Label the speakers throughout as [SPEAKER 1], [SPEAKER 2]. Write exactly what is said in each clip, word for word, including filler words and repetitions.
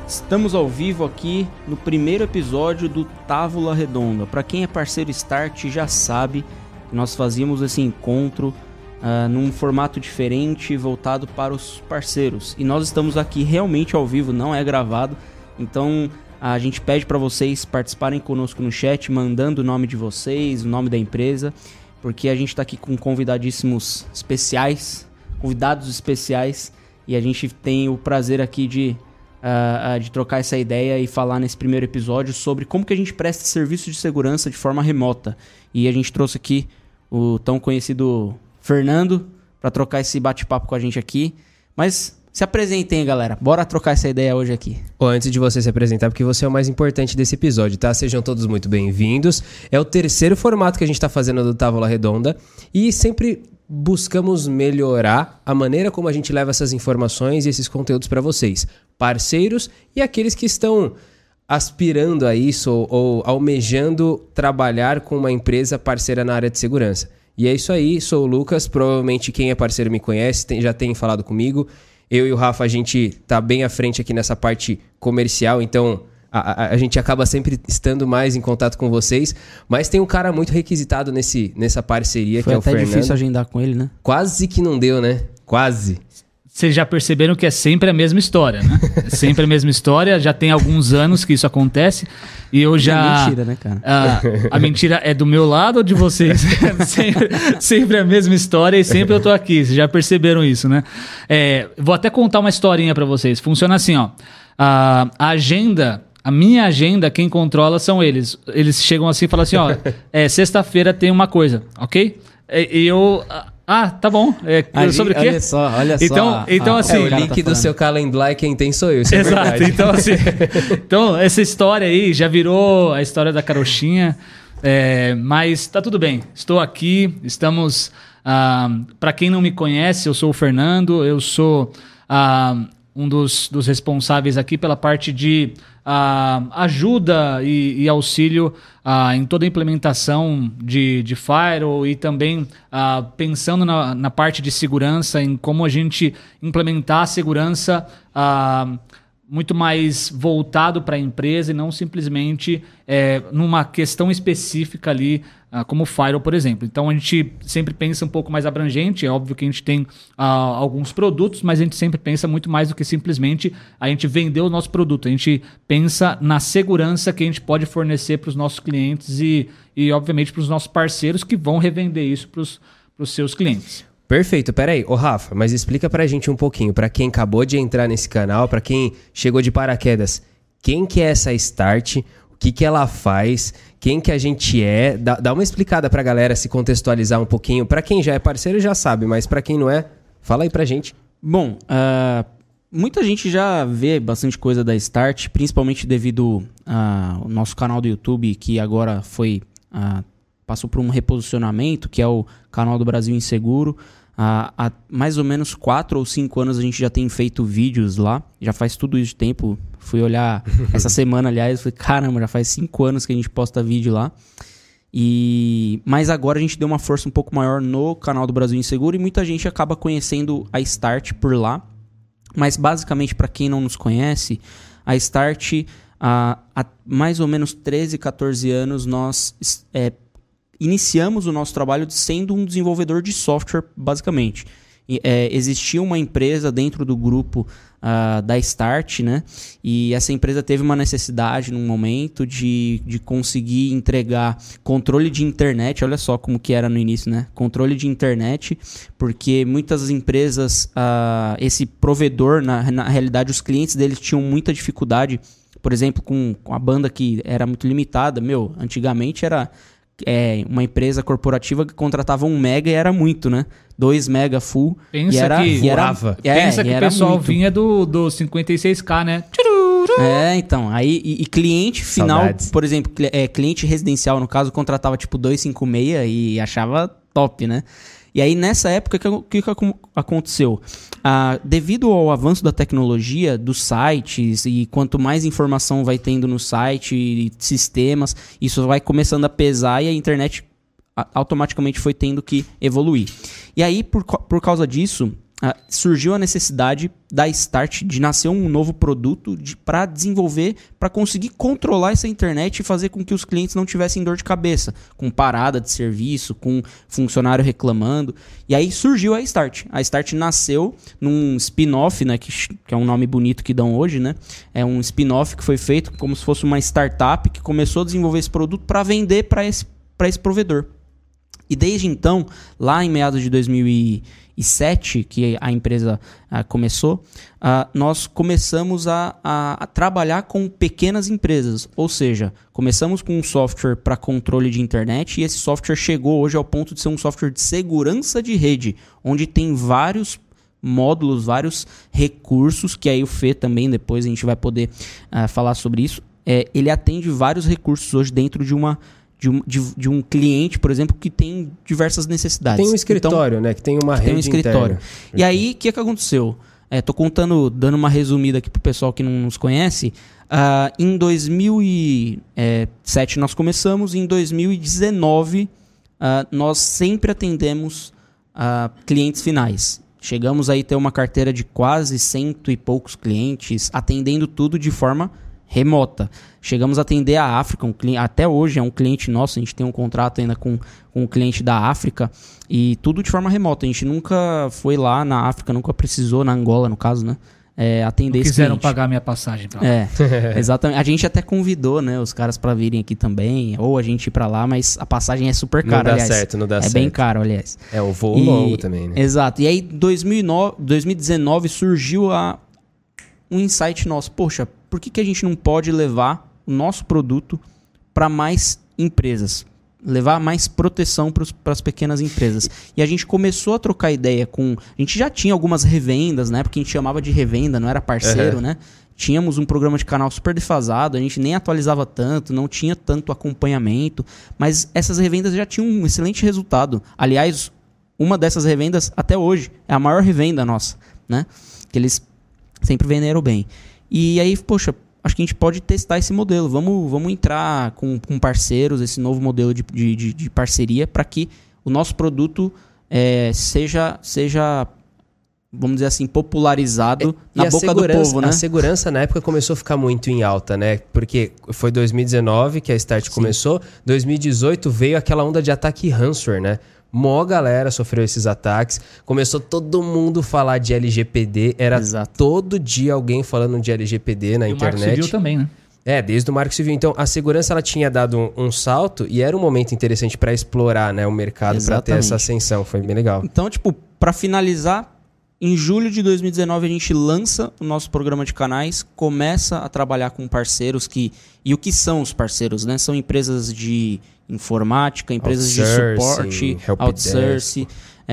[SPEAKER 1] Estamos ao vivo aqui no primeiro episódio do Távola Redonda. Para quem é parceiro Start já sabe que nós fazíamos esse encontro uh, num formato diferente, voltado para os parceiros. E nós estamos aqui realmente ao vivo, não é gravado. Então a gente pede para vocês participarem conosco no chat, mandando o nome de vocês, o nome da empresa, porque a gente está aqui com convidadíssimos especiais, convidados especiais, e a gente tem o prazer aqui de... Uh, uh, de trocar essa ideia e falar nesse primeiro episódio sobre como que a gente presta serviço de segurança de forma remota. E a gente trouxe aqui o tão conhecido Fernando para trocar esse bate-papo com a gente aqui. Mas se apresentem, galera. Bora trocar essa ideia hoje aqui.
[SPEAKER 2] Oh, antes de você se apresentar, porque você é o mais importante desse episódio, tá? Sejam todos muito bem-vindos. É o terceiro formato que a gente tá fazendo do Távola Redonda e sempre... buscamos melhorar a maneira como a gente leva essas informações e esses conteúdos para vocês, parceiros e aqueles que estão aspirando a isso ou, ou almejando trabalhar com uma empresa parceira na área de segurança. E é isso aí, sou o Lucas, provavelmente quem é parceiro me conhece, tem, já tem falado comigo. Eu e o Rafa, a gente tá bem à frente aqui nessa parte comercial, então... A, a, a gente acaba sempre estando mais em contato com vocês, mas tem um cara muito requisitado nesse, nessa parceria,
[SPEAKER 1] Foi
[SPEAKER 2] que é o Fernando.
[SPEAKER 1] Foi até difícil agendar com ele, né?
[SPEAKER 2] Quase que não deu, né? Quase.
[SPEAKER 3] Vocês já perceberam que é sempre a mesma história, né? É sempre a mesma história, já tem alguns anos que isso acontece e eu já...
[SPEAKER 1] É mentira, né, cara?
[SPEAKER 3] A, a mentira é do meu lado ou de vocês? sempre, sempre a mesma história e sempre eu tô aqui, vocês já perceberam isso, né? É, vou até contar uma historinha pra vocês. Funciona assim, ó. A, a agenda... A minha agenda, quem controla são eles. Eles chegam assim e falam assim, ó, é, sexta-feira tem uma coisa, ok? E, e eu... Ah, tá bom. É, sobre o quê?
[SPEAKER 1] Olha só, olha
[SPEAKER 3] então,
[SPEAKER 1] só.
[SPEAKER 3] Então,
[SPEAKER 1] ah,
[SPEAKER 3] assim...
[SPEAKER 2] É, o link tá do seu Calendly, quem tem sou eu, isso é
[SPEAKER 3] Exato.
[SPEAKER 2] verdade.
[SPEAKER 3] Então, assim... então, essa história aí já virou a história da carochinha, é, mas tá tudo bem. Estou aqui, estamos... Ah, para quem não me conhece, eu sou o Fernando, eu sou... Ah, um dos, dos responsáveis aqui pela parte de uh, ajuda e, e auxílio uh, em toda a implementação de, de Firewall e também uh, pensando na, na parte de segurança, em como a gente implementar a segurança uh, muito mais voltado para a empresa e não simplesmente é, numa questão específica ali, uh, como o Firewall, por exemplo. Então a gente sempre pensa um pouco mais abrangente, é óbvio que a gente tem uh, alguns produtos, mas a gente sempre pensa muito mais do que simplesmente a gente vender o nosso produto. A gente pensa na segurança que a gente pode fornecer para os nossos clientes e, e obviamente, para os nossos parceiros que vão revender isso para os seus clientes.
[SPEAKER 2] Perfeito, peraí, ô Rafa, mas explica pra gente um pouquinho, pra quem acabou de entrar nesse canal, pra quem chegou de paraquedas, quem que é essa Start, o que que ela faz, quem que a gente é, dá, dá uma explicada pra galera se contextualizar um pouquinho, pra quem já é parceiro já sabe, mas pra quem não é, fala aí pra gente.
[SPEAKER 1] Bom, uh, muita gente já vê bastante coisa da Start, principalmente devido ao nosso canal do YouTube, que agora foi... Uh, passou por um reposicionamento, que é o canal do Brasil Inseguro. Há, há mais ou menos quatro ou cinco anos a gente já tem feito vídeos lá. Já faz tudo isso de tempo. Fui olhar essa semana, aliás, falei, caramba, já faz cinco anos que a gente posta vídeo lá. E... Mas agora a gente deu uma força um pouco maior no canal do Brasil Inseguro e muita gente acaba conhecendo a Start por lá. Mas basicamente, para quem não nos conhece, a Start, há, há mais ou menos treze, catorze anos, nós... É, iniciamos o nosso trabalho sendo um desenvolvedor de software, basicamente. E, é, existia uma empresa dentro do grupo uh, da Start, né? E essa empresa teve uma necessidade, num momento, de, de conseguir entregar controle de internet. Olha só como que era no início, né? Controle de internet, porque muitas empresas, uh, esse provedor, na, na realidade, os clientes deles tinham muita dificuldade, por exemplo, com, com a banda que era muito limitada. Meu, antigamente era... É, uma empresa corporativa que contratava um mega e era muito, né? Dois mega full.
[SPEAKER 3] Pensa
[SPEAKER 1] e era,
[SPEAKER 3] que,
[SPEAKER 1] e era,
[SPEAKER 3] é, pensa que
[SPEAKER 1] e
[SPEAKER 3] o
[SPEAKER 1] era
[SPEAKER 3] pessoal
[SPEAKER 1] muito.
[SPEAKER 3] vinha do, do cinquenta e seis K, né?
[SPEAKER 1] É, então. Aí, e, e cliente final,
[SPEAKER 2] Saudades.
[SPEAKER 1] Por exemplo, é, cliente residencial, no caso, contratava tipo duzentos e cinquenta e seis e achava top, né? E aí, nessa época, o que, que, que aconteceu? Ah, devido ao avanço da tecnologia, dos sites, e quanto mais informação vai tendo no site, e sistemas, isso vai começando a pesar e a internet automaticamente foi tendo que evoluir. E aí, por, por causa disso, Uh, surgiu a necessidade da Start de nascer um novo produto de, para desenvolver, para conseguir controlar essa internet e fazer com que os clientes não tivessem dor de cabeça, com parada de serviço, com funcionário reclamando. E aí surgiu a Start. A Start nasceu num spin-off, né, que, que é um nome bonito que dão hoje, né? É um spin-off que foi feito como se fosse uma startup que começou a desenvolver esse produto para vender para esse, para esse provedor. E desde então, lá em meados de dois mil e sete, que a empresa uh, começou, uh, nós começamos a, a, a trabalhar com pequenas empresas. Ou seja, começamos com um software para controle de internet e esse software chegou hoje ao ponto de ser um software de segurança de rede, onde tem vários módulos, vários recursos, que aí o Fê também, depois a gente vai poder uh, falar sobre isso. É, ele atende vários recursos hoje dentro de uma... De um, de, de um cliente, por exemplo, que tem diversas necessidades.
[SPEAKER 2] Tem um escritório, então, né? Que tem uma
[SPEAKER 1] que
[SPEAKER 2] rede
[SPEAKER 1] tem um escritório.
[SPEAKER 2] interna.
[SPEAKER 1] E aí, o que, que aconteceu? É, tô contando, dando uma resumida aqui pro pessoal que não nos conhece. Uh, em dois mil e sete nós começamos, em dois mil e dezenove uh, nós sempre atendemos uh, clientes finais. Chegamos aí a ter uma carteira de quase cento e poucos clientes, atendendo tudo de forma remota. Chegamos a atender a África, um cliente, até hoje é um cliente nosso, a gente tem um contrato ainda com, com um cliente da África, e tudo de forma remota. A gente nunca foi lá na África, nunca precisou, na Angola no caso, né? É, atender esse
[SPEAKER 3] quiseram
[SPEAKER 1] cliente.
[SPEAKER 3] pagar minha passagem pra lá.
[SPEAKER 1] É, exatamente. A gente até convidou, né, os caras pra virem aqui também, ou a gente ir pra lá, mas a passagem é super cara,
[SPEAKER 2] não dá
[SPEAKER 1] aliás.
[SPEAKER 2] certo, não dá
[SPEAKER 1] é
[SPEAKER 2] certo.
[SPEAKER 1] É bem caro, aliás.
[SPEAKER 2] É um voo
[SPEAKER 1] e,
[SPEAKER 2] longo também, né?
[SPEAKER 1] Exato. E aí, em dois mil e nove, dois mil e dezenove surgiu a, um insight nosso. Poxa, por que, que a gente não pode levar o nosso produto para mais empresas? Levar mais proteção para as pequenas empresas. E a gente começou a trocar ideia com... A gente já tinha algumas revendas, né? Porque a gente chamava de revenda, não era parceiro, uhum. né? Tínhamos um programa de canal super defasado, a gente nem atualizava tanto, não tinha tanto acompanhamento. Mas essas revendas já tinham um excelente resultado. Aliás, uma dessas revendas, até hoje, é a maior revenda nossa, né? Que eles sempre venderam bem. E aí, poxa, acho que a gente pode testar esse modelo. Vamos, vamos entrar com, com parceiros, esse novo modelo de, de, de parceria, para que o nosso produto é, seja, seja, vamos dizer assim, popularizado
[SPEAKER 2] e,
[SPEAKER 1] na
[SPEAKER 2] e
[SPEAKER 1] boca do povo, né?
[SPEAKER 2] A segurança na época começou a ficar muito em alta, né? Porque foi dois mil e dezenove que a Start Sim. começou, dois mil e dezoito veio aquela onda de ataque ransomware, né? Mó galera sofreu esses ataques, começou todo mundo falar de L G P D, era Exato. Todo dia alguém falando de L G P D na
[SPEAKER 3] e
[SPEAKER 2] internet.
[SPEAKER 3] O Marco Civil também, né?
[SPEAKER 2] É, desde o Marco Civil. Então, a segurança ela tinha dado um, um salto e era um momento interessante para explorar, né, o mercado, para ter essa ascensão. Foi bem legal.
[SPEAKER 1] Então, tipo, para finalizar, em julho de dois mil e dezenove a gente lança o nosso programa de canais, começa a trabalhar com parceiros que... E o que são os parceiros, né? São empresas de informática, empresas de suporte, outsourcing,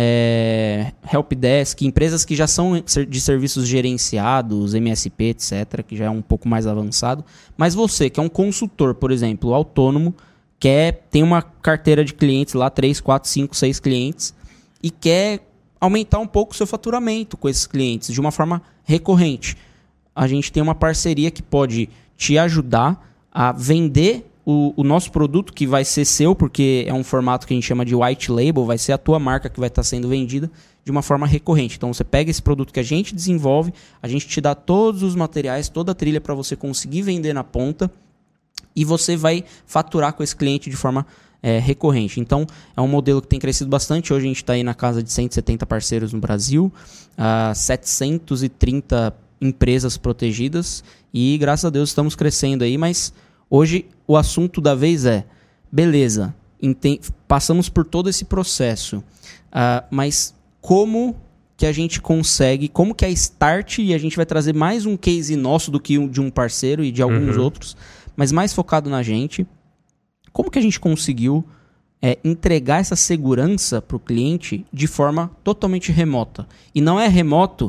[SPEAKER 1] é, helpdesk, empresas que já são de serviços gerenciados, M S P, etcétera, que já é um pouco mais avançado. Mas você, que é um consultor, por exemplo, autônomo, quer, tem uma carteira de clientes lá, três, quatro, cinco, seis clientes, e quer aumentar um pouco o seu faturamento com esses clientes de uma forma recorrente. A gente tem uma parceria que pode te ajudar a vender o, o nosso produto, que vai ser seu, porque é um formato que a gente chama de white label, vai ser a tua marca que vai estar sendo vendida de uma forma recorrente. Então você pega esse produto que a gente desenvolve, a gente te dá todos os materiais, toda a trilha para você conseguir vender na ponta, e você vai faturar com esse cliente de forma é, recorrente. Então é um modelo que tem crescido bastante. Hoje a gente está aí na casa de cento e setenta parceiros no Brasil, uh, setecentas e trinta empresas protegidas, e graças a Deus estamos crescendo aí. Mas hoje o assunto da vez é, beleza, enten- passamos por todo esse processo, uh, mas como que a gente consegue, como que a Start, e a gente vai trazer mais um case nosso do que um, de um parceiro e de alguns uhum. outros, mas mais focado na gente, como que a gente conseguiu é, entregar essa segurança para o cliente de forma totalmente remota. E não é remoto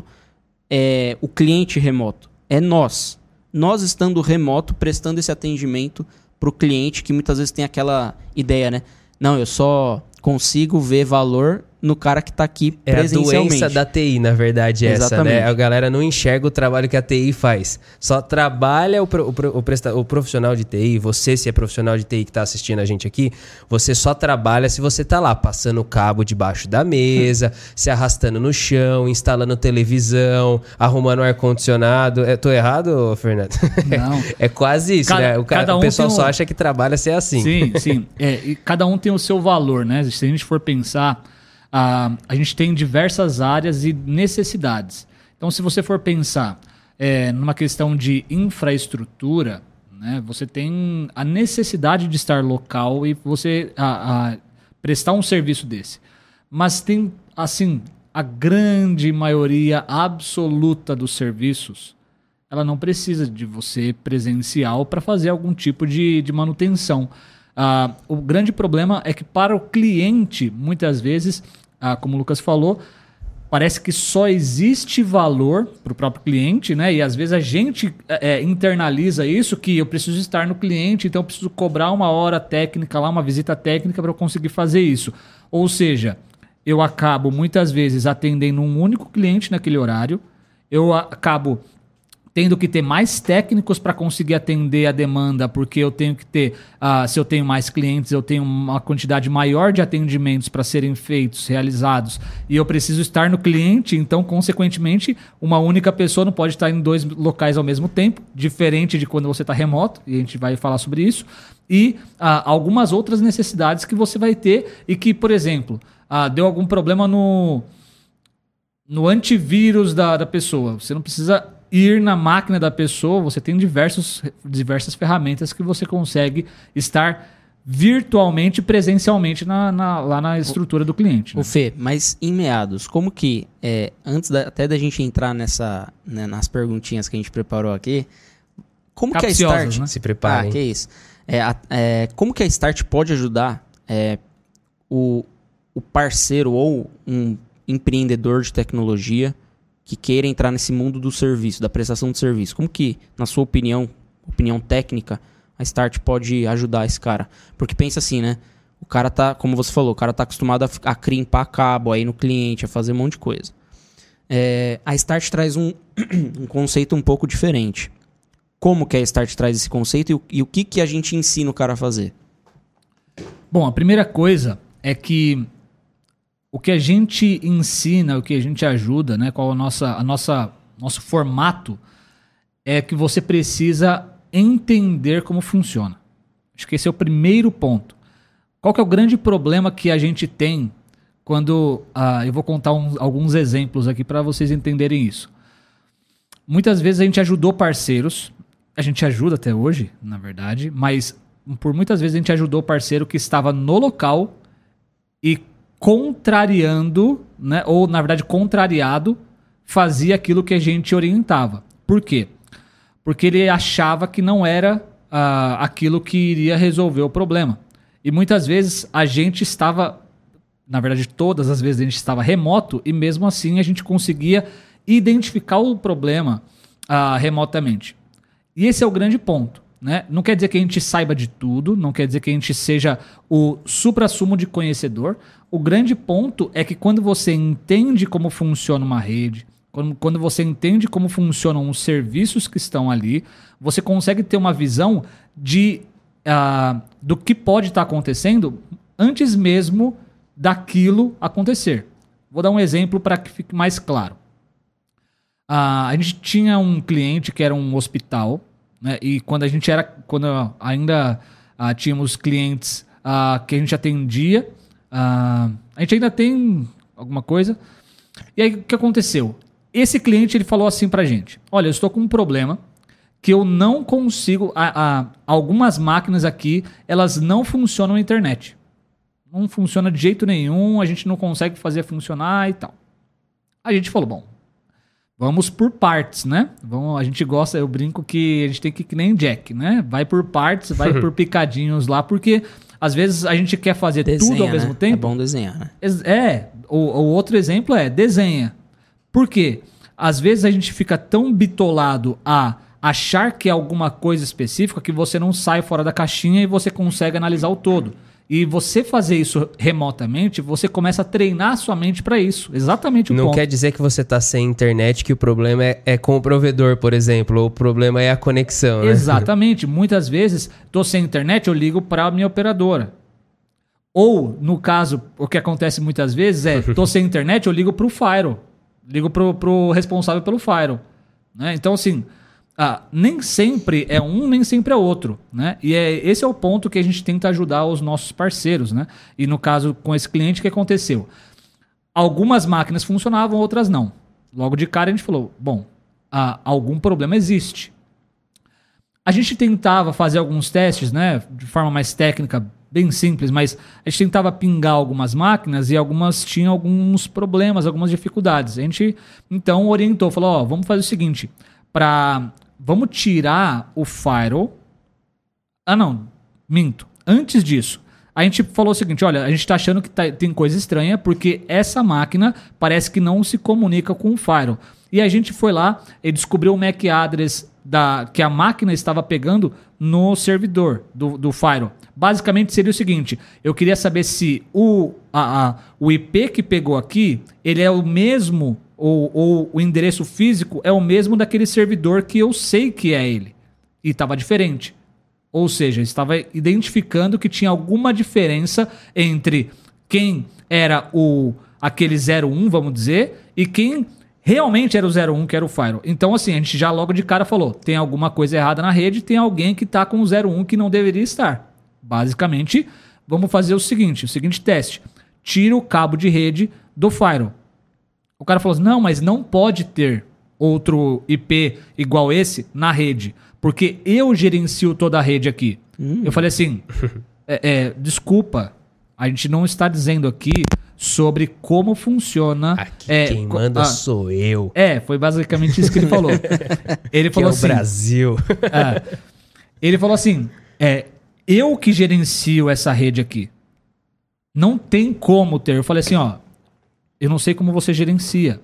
[SPEAKER 1] é, o cliente remoto, é nós. Nós estando remoto, prestando esse atendimento para o cliente, que muitas vezes tem aquela ideia, né? Não, eu só consigo ver valor no cara que tá aqui
[SPEAKER 2] É a
[SPEAKER 1] presencialmente.
[SPEAKER 2] doença da T I, na verdade, essa,
[SPEAKER 1] Exatamente.
[SPEAKER 2] né? A galera não enxerga o trabalho que a T I faz. Só trabalha o, pro, o, pro, o, presta, o profissional de T I, você se é profissional de T I que tá assistindo a gente aqui, você só trabalha se você tá lá, passando o cabo debaixo da mesa, se arrastando no chão, instalando televisão, arrumando ar-condicionado. É, tô errado, Fernando?
[SPEAKER 3] Não.
[SPEAKER 2] É quase isso,
[SPEAKER 3] Cada-
[SPEAKER 2] né? O, cara,
[SPEAKER 3] cada um
[SPEAKER 2] o pessoal
[SPEAKER 3] tem
[SPEAKER 2] só
[SPEAKER 3] um-
[SPEAKER 2] acha que trabalha ser assim.
[SPEAKER 3] Sim, sim. É, e cada um tem o seu valor, né? Se a gente for pensar, ah, a gente tem diversas áreas e necessidades. Então, se você for pensar é, numa questão de infraestrutura, né, você tem a necessidade de estar local e você a, a prestar um serviço desse. Mas tem, assim, a grande maioria absoluta dos serviços, ela não precisa de você presencial para fazer algum tipo de, de manutenção. Ah, o grande problema é que para o cliente, muitas vezes, ah, como o Lucas falou, parece que só existe valor para o próprio cliente, né? E às vezes a gente é, internaliza isso, que eu preciso estar no cliente, então eu preciso cobrar uma hora técnica lá, uma visita técnica para eu conseguir fazer isso. Ou seja, eu acabo muitas vezes atendendo um único cliente naquele horário, eu acabo tendo que ter mais técnicos para conseguir atender a demanda, porque eu tenho que ter, uh, se eu tenho mais clientes, eu tenho uma quantidade maior de atendimentos para serem feitos, realizados, e eu preciso estar no cliente, então, consequentemente, uma única pessoa não pode estar em dois locais ao mesmo tempo, diferente de quando você está remoto, e a gente vai falar sobre isso, e uh, algumas outras necessidades que você vai ter, e que, por exemplo, uh, deu algum problema no, no antivírus da, da pessoa, você não precisa ir na máquina da pessoa, você tem diversos, diversas ferramentas que você consegue estar virtualmente, presencialmente na, na, lá na estrutura do cliente. Né?
[SPEAKER 1] O Fê, mas em meados, como que, é, antes da, até da gente entrar nessa, né, nas perguntinhas que a gente preparou aqui, como
[SPEAKER 3] Capciosas,
[SPEAKER 1] que a Start...
[SPEAKER 3] né?
[SPEAKER 2] Se preparem.
[SPEAKER 1] Ah, que isso. É, a- é, como que a Start pode ajudar é, o, o parceiro ou um empreendedor de tecnologia que queira entrar nesse mundo do serviço, da prestação de serviço? Como que, na sua opinião, opinião técnica, a Start pode ajudar esse cara? Porque pensa assim, né? O cara tá, como você falou, o cara tá acostumado a, a crimpar cabo aí no cliente, a fazer um monte de coisa. É, a Start traz um, um conceito um pouco diferente. Como que a Start traz esse conceito e o, e o que, que a gente ensina o cara a fazer?
[SPEAKER 3] Bom, a primeira coisa é que o que a gente ensina, o que a gente ajuda, né, qual a nossa, a nossa, nosso formato, é que você precisa entender como funciona. Acho que esse é o primeiro ponto. Qual que é o grande problema que a gente tem quando... Uh, eu vou contar um, alguns exemplos aqui para vocês entenderem isso. Muitas vezes a gente ajudou parceiros, a gente ajuda até hoje, na verdade, mas por muitas vezes a gente ajudou parceiro que estava no local e contrariando, né, ou na verdade contrariado, fazia aquilo que a gente orientava. Por quê? Porque ele achava que não era uh, aquilo que iria resolver o problema. E muitas vezes a gente estava, na verdade todas as vezes a gente estava remoto e mesmo assim a gente conseguia identificar o problema uh, remotamente. E esse é o grande ponto. Né? Não quer dizer que a gente saiba de tudo, não quer dizer que a gente seja o suprassumo de conhecedor. O grande ponto é que quando você entende como funciona uma rede, quando, quando você entende como funcionam os serviços que estão ali, você consegue ter uma visão de, uh, do que pode estar acontecendo antes mesmo daquilo acontecer. Vou dar um exemplo para que fique mais claro. Uh, a gente tinha um cliente que era um hospital, né? E quando a gente era, quando ainda uh, tínhamos clientes uh, que a gente atendia, uh, a gente ainda tem alguma coisa. E aí o que aconteceu? Esse cliente ele falou assim pra gente: olha, eu estou com um problema que eu não consigo. A, a, algumas máquinas aqui elas não funcionam na internet. Não funciona de jeito nenhum, a gente não consegue fazer funcionar e tal. A gente falou, bom, vamos por partes, né? Vamos, a gente gosta, eu brinco que a gente tem que ir que nem Jack, né? Vai por partes, vai por picadinhos lá, porque às vezes a gente quer fazer
[SPEAKER 1] Desenha,
[SPEAKER 3] tudo ao mesmo
[SPEAKER 1] né?
[SPEAKER 3] tempo.
[SPEAKER 1] É bom desenhar, né?
[SPEAKER 3] É, o, o outro exemplo é desenha. Por quê? Às vezes a gente fica tão bitolado a achar que é alguma coisa específica que você não sai fora da caixinha e você consegue analisar o todo. E você fazer isso remotamente, você começa a treinar a sua mente para isso. Exatamente o
[SPEAKER 2] Não
[SPEAKER 3] ponto.
[SPEAKER 2] quer dizer que você tá sem internet, que o problema é, é com o provedor, por exemplo, ou o problema é a conexão, né?
[SPEAKER 3] Exatamente. Muitas vezes, tô sem internet, eu ligo para a minha operadora. Ou, no caso, o que acontece muitas vezes é, tô sem internet, eu ligo pro Firewall. Ligo pro, pro responsável pelo Firewall. Né? Então, assim, ah, nem sempre é um, nem sempre é outro. Né? E é, esse é o ponto que a gente tenta ajudar os nossos parceiros. Né? E no caso, com esse cliente, o que aconteceu? Algumas máquinas funcionavam, outras não. Logo de cara, a gente falou, bom, ah, algum problema existe. A gente tentava fazer alguns testes, né, de forma mais técnica, bem simples, mas a gente tentava pingar algumas máquinas e algumas tinham alguns problemas, algumas dificuldades. A gente, então, orientou, falou, ó, vamos fazer o seguinte, pra, vamos tirar o firewall... Ah, não, minto. Antes disso, a gente falou o seguinte, olha, a gente está achando que tá, tem coisa estranha porque essa máquina parece que não se comunica com o firewall. E a gente foi lá e descobriu o M A C address da, que a máquina estava pegando no servidor do, do firewall. Basicamente seria o seguinte, eu queria saber se o, a, a, o I P que pegou aqui, ele é o mesmo, ou, ou o endereço físico é o mesmo daquele servidor que eu sei que é ele. E estava diferente. Ou seja, estava identificando que tinha alguma diferença entre quem era o aquele zero um, vamos dizer, e quem realmente era o zero um, que era o firewall. Então, assim, a gente já logo de cara falou, tem alguma coisa errada na rede, tem alguém que está com o zero um que não deveria estar. Basicamente, vamos fazer o seguinte, o seguinte teste. Tira o cabo de rede do firewall. O cara falou assim, não, mas não pode ter outro I P igual esse na rede, porque eu gerencio toda a rede aqui. Hum. Eu falei assim, é, é, desculpa, a gente não está dizendo aqui sobre como funciona...
[SPEAKER 2] Aqui
[SPEAKER 3] é,
[SPEAKER 2] quem manda
[SPEAKER 3] ah,
[SPEAKER 2] sou eu.
[SPEAKER 3] É, foi basicamente isso que ele falou. Ele
[SPEAKER 2] Que
[SPEAKER 3] falou
[SPEAKER 2] é o
[SPEAKER 3] assim...
[SPEAKER 2] Brasil.
[SPEAKER 3] É, ele falou assim, é, eu que gerencio essa rede aqui. Não tem como ter. Eu falei assim, ó, eu não sei como você gerencia,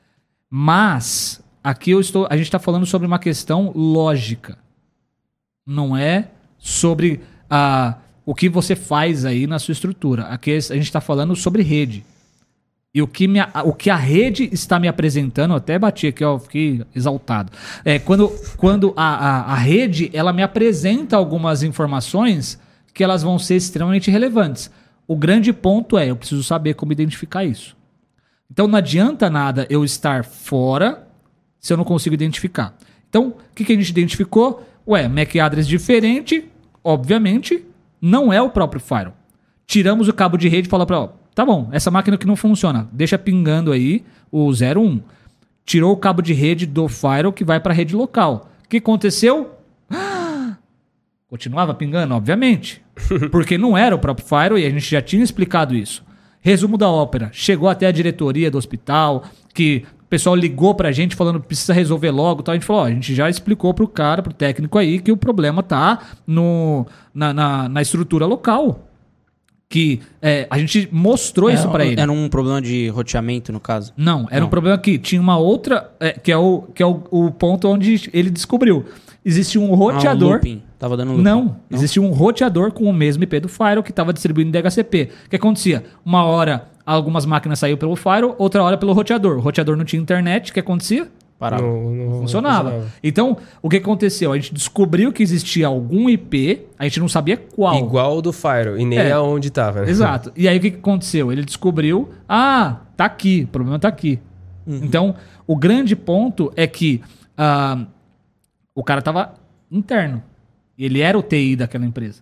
[SPEAKER 3] mas aqui eu estou, a gente está falando sobre uma questão lógica. Não é sobre a, o que você faz aí na sua estrutura. Aqui a gente está falando sobre rede. E o que, me, o que a rede está me apresentando, eu até bati aqui, ó, fiquei exaltado. É, quando quando a, a, a rede ela me apresenta algumas informações que elas vão ser extremamente relevantes. O grande ponto é, eu preciso saber como identificar isso. Então não adianta nada eu estar fora se eu não consigo identificar. Então, o que, que a gente identificou? Ué, M A C address diferente, obviamente, não é o próprio firewall. Tiramos o cabo de rede e falamos para ela, tá bom, essa máquina que não funciona, deixa pingando aí o zero um. Tirou o cabo de rede do firewall que vai para a rede local. O que aconteceu? Ah, continuava pingando, obviamente. Porque não era o próprio firewall e a gente já tinha explicado isso. Resumo da ópera. Chegou até a diretoria do hospital, que o pessoal ligou pra gente falando que precisa resolver logo. Tal. A gente falou, ó, a gente já explicou pro cara, pro técnico aí, que o problema tá no, na, na, na estrutura local. Que é, a gente mostrou
[SPEAKER 1] É,
[SPEAKER 3] isso pra ele.
[SPEAKER 1] Era um problema de roteamento, no caso?
[SPEAKER 3] Não, era
[SPEAKER 1] Não.
[SPEAKER 3] um problema que tinha uma outra, é, que é, o, que é o, o ponto onde ele descobriu. Existe um roteador...
[SPEAKER 1] Ah, um looping. Tava dando looping.
[SPEAKER 3] Não,
[SPEAKER 1] Não,
[SPEAKER 3] existia um roteador com o mesmo I P do firewall que estava distribuindo em D H C P. O que acontecia? Uma hora algumas máquinas saíam pelo firewall, outra hora pelo roteador. O roteador não tinha internet, o que acontecia?
[SPEAKER 1] Parava.
[SPEAKER 2] Não, não
[SPEAKER 3] Funcionava.
[SPEAKER 2] funcionava.
[SPEAKER 3] Então, o que aconteceu? A gente descobriu que existia algum I P, a gente não sabia qual.
[SPEAKER 2] Igual o do Firewall, e nem
[SPEAKER 3] É.
[SPEAKER 2] aonde tava, né?
[SPEAKER 3] Exato. E aí o que que aconteceu? Ele descobriu, ah, tá aqui, o problema tá aqui. Então, o grande ponto é que ah, o cara tava interno. Ele era o T I daquela empresa.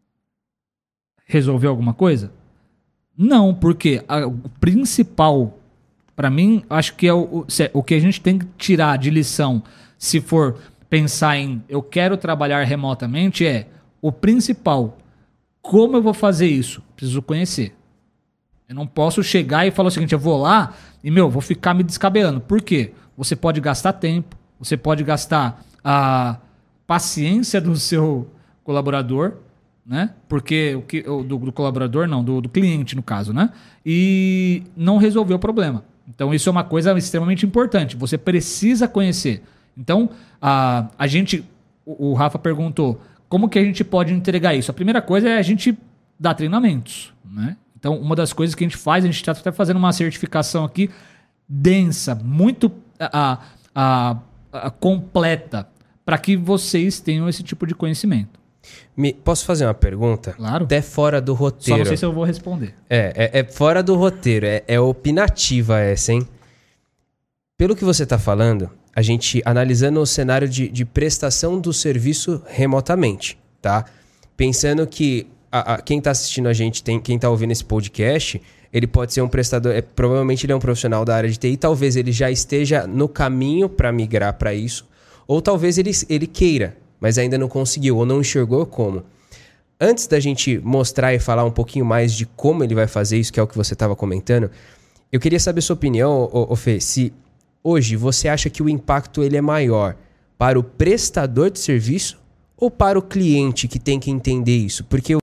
[SPEAKER 3] Resolveu alguma coisa? Não, porque a- o principal, para mim, acho que é o, o, se- o que a gente tem que tirar de lição, se for pensar em eu quero trabalhar remotamente, é o principal. Como eu vou fazer isso? Preciso conhecer. Eu não posso chegar e falar o seguinte, eu vou lá e, meu, vou ficar me descabelando. Por quê? Você pode gastar tempo, você pode gastar a paciência do seu colaborador, né? Porque o que, o do, do colaborador, não, do, do cliente, no caso, né? E não resolver o problema. Então, isso é uma coisa extremamente importante. Você precisa conhecer. Então, a, a gente, o, o Rafa perguntou, como que a gente pode entregar isso? A primeira coisa é a gente dar treinamentos, né? Então, uma das coisas que a gente faz, a gente está até fazendo uma certificação aqui densa, muito a, a, a completa, para que vocês tenham esse tipo de conhecimento.
[SPEAKER 2] Me, posso fazer uma pergunta?
[SPEAKER 3] Claro.
[SPEAKER 2] Até fora do roteiro.
[SPEAKER 3] Só não sei se eu vou responder.
[SPEAKER 2] É, é, é fora do roteiro, é, é opinativa essa, hein? Pelo que você está falando, a gente analisando o cenário de, de prestação do serviço remotamente, tá? Pensando que a, a, quem está assistindo a gente, tem, quem está ouvindo esse podcast, ele pode ser um prestador, é, provavelmente ele é um profissional da área de T I, talvez ele já esteja no caminho para migrar para isso, ou talvez ele, ele queira, mas ainda não conseguiu ou não enxergou como. Antes da gente mostrar e falar um pouquinho mais de como ele vai fazer isso, que é o que você estava comentando, eu queria saber sua opinião, ô, ô Fê, se hoje você acha que o impacto ele é maior para o prestador de serviço ou para o cliente que tem que entender isso? Porque o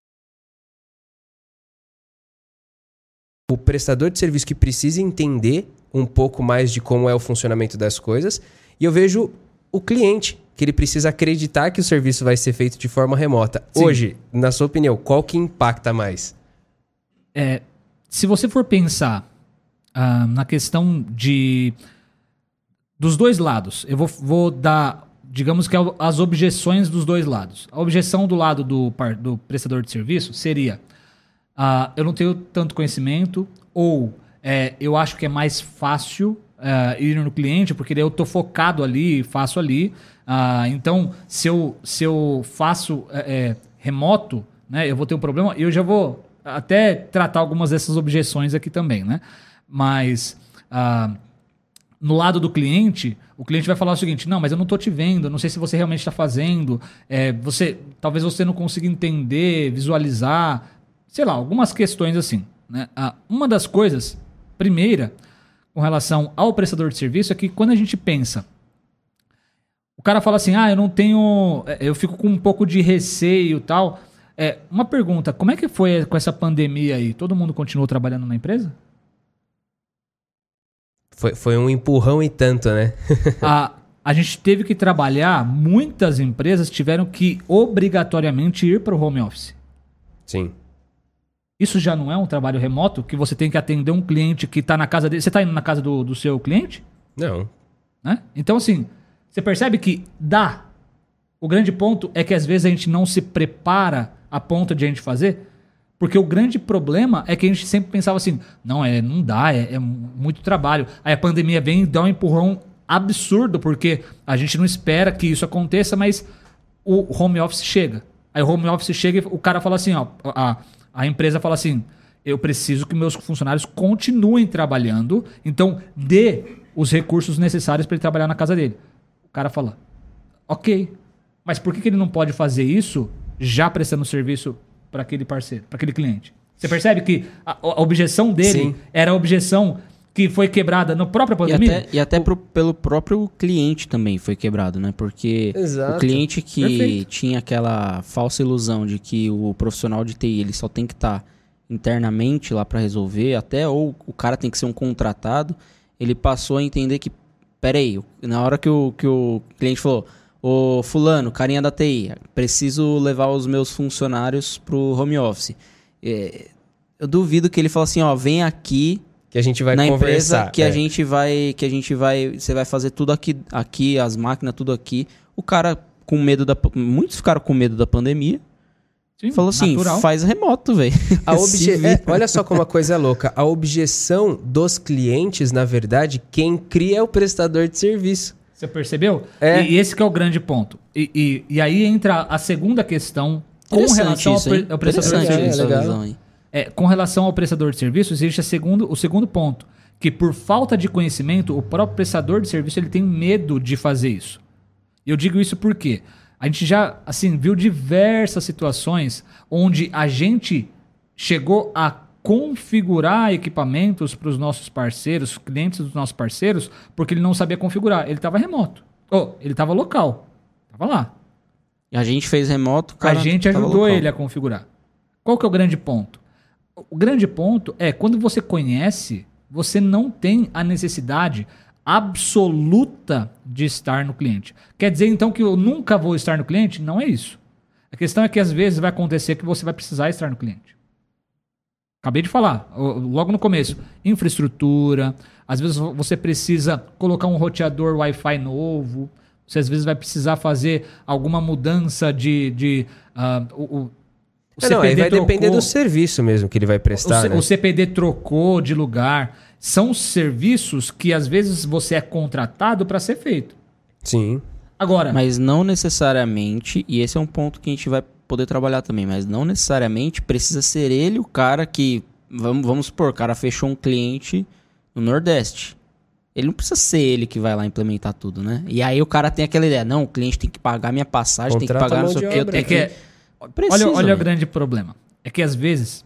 [SPEAKER 2] o prestador de serviço que precisa entender um pouco mais de como é o funcionamento das coisas, e eu vejo o cliente, que ele precisa acreditar que o serviço vai ser feito de forma remota. Sim. Hoje, na sua opinião, qual que impacta mais?
[SPEAKER 3] É, se você for pensar ah, na questão de dos dois lados, eu vou, vou dar, digamos que as objeções dos dois lados. A objeção do lado do, do prestador de serviço seria Uh, eu não tenho tanto conhecimento, ou é, eu acho que é mais fácil uh, ir no cliente, porque daí eu estou focado ali, faço ali. Uh, então, se eu, se eu faço é, remoto, né, eu vou ter um problema, e eu já vou até tratar algumas dessas objeções aqui também, né? Mas uh, no lado do cliente, o cliente vai falar o seguinte: não, mas eu não estou te vendo, não sei se você realmente está fazendo, é, você, talvez você não consiga entender, visualizar, sei lá, algumas questões assim, né? Ah, uma das coisas, primeira, com relação ao prestador de serviço, é que quando a gente pensa, o cara fala assim, ah, eu não tenho, eu fico com um pouco de receio e tal. É, uma pergunta, como é que foi com essa pandemia aí? Todo mundo continuou trabalhando na empresa?
[SPEAKER 2] Foi, foi um empurrão e tanto, né?
[SPEAKER 3] a, a gente teve que trabalhar, muitas empresas tiveram que obrigatoriamente ir para o home office.
[SPEAKER 2] Sim.
[SPEAKER 3] Isso já não é um trabalho remoto, que você tem que atender um cliente que está na casa dele. Você está indo na casa do, do seu cliente?
[SPEAKER 2] Não.
[SPEAKER 3] Né? Então, assim, você percebe que dá. O grande ponto é que às vezes a gente não se prepara a ponto de a gente fazer, porque o grande problema é que a gente sempre pensava assim, não, é, não dá, é, é muito trabalho. Aí a pandemia vem e dá um empurrão absurdo, porque a gente não espera que isso aconteça, mas o home office chega. Aí o home office chega e o cara fala assim, ó... A, A empresa fala assim, eu preciso que meus funcionários continuem trabalhando, então dê os recursos necessários para ele trabalhar na casa dele. O cara fala, ok, mas por que, que ele não pode fazer isso já prestando serviço para aquele parceiro, para aquele cliente? Você percebe que a, a objeção dele Sim. era a objeção que foi quebrada na própria pandemia?
[SPEAKER 1] E até, e até o... pro, pelo próprio cliente também foi quebrado, né? Porque
[SPEAKER 2] Exato.
[SPEAKER 1] o cliente que
[SPEAKER 3] Perfeito.
[SPEAKER 1] tinha aquela falsa ilusão de que o profissional de T I ele só tem que estar tá internamente lá para resolver, até ou o cara tem que ser um contratado, ele passou a entender que, peraí, na hora que o, que o cliente falou, ô fulano, carinha da T I, preciso levar os meus funcionários pro home office. É, eu duvido que ele fale assim, ó, vem aqui...
[SPEAKER 2] Que a gente vai
[SPEAKER 1] na
[SPEAKER 2] conversar.
[SPEAKER 1] empresa que é. a gente vai, que a gente vai, você vai fazer tudo aqui, aqui, as máquinas, tudo aqui. O cara com medo da, muitos ficaram com medo da pandemia.
[SPEAKER 3] Sim,
[SPEAKER 1] falou assim,
[SPEAKER 3] natural.
[SPEAKER 1] faz remoto, velho.
[SPEAKER 2] Obje... é, olha só como a coisa é louca. A objeção dos clientes, na verdade, quem cria é o prestador de serviço.
[SPEAKER 3] Você percebeu?
[SPEAKER 2] É.
[SPEAKER 3] E esse que é o grande ponto. E, e, e aí entra a segunda questão com relação
[SPEAKER 1] isso,
[SPEAKER 3] ao, pre, ao prestador de
[SPEAKER 1] Interessante
[SPEAKER 3] serviço.
[SPEAKER 1] essa visão aí.
[SPEAKER 3] É, com relação ao prestador de serviço, existe a segundo, o segundo ponto, que por falta de conhecimento, o próprio prestador de serviço ele tem medo de fazer isso. E eu digo isso porque a gente já assim, viu diversas situações onde a gente chegou a configurar equipamentos para os nossos parceiros, clientes dos nossos parceiros, porque ele não sabia configurar. Ele estava remoto. Ou ele estava local. Estava lá.
[SPEAKER 1] E a gente fez remoto, cara.
[SPEAKER 3] A gente ajudou ele a configurar. Qual que é o grande ponto? O grande ponto é, quando você conhece, você não tem a necessidade absoluta de estar no cliente. Quer dizer, então, que eu nunca vou estar no cliente? Não é isso. A questão é que, às vezes, vai acontecer que você vai precisar estar no cliente. Acabei de falar, logo no começo. Infraestrutura, às vezes você precisa colocar um roteador Wi-Fi novo, você às vezes vai precisar fazer alguma mudança de... de uh, o, o
[SPEAKER 2] é, não, aí vai trocou, depender do serviço mesmo que ele vai prestar.
[SPEAKER 3] O,
[SPEAKER 2] né?
[SPEAKER 3] o C P D trocou de lugar. São serviços que às vezes você é contratado para ser feito.
[SPEAKER 2] Sim.
[SPEAKER 3] Agora,
[SPEAKER 1] mas não necessariamente, e esse é um ponto que a gente vai poder trabalhar também, mas não necessariamente precisa ser ele o cara que, vamos, vamos supor, o cara fechou um cliente no Nordeste. Ele não precisa ser ele que vai lá implementar tudo, né? E aí o cara tem aquela ideia, não, o cliente tem que pagar minha passagem,
[SPEAKER 2] Contrata
[SPEAKER 1] tem que pagar não sei o que, eu tenho
[SPEAKER 3] é que... É,
[SPEAKER 1] precisa,
[SPEAKER 3] olha olha o grande problema. É que às vezes,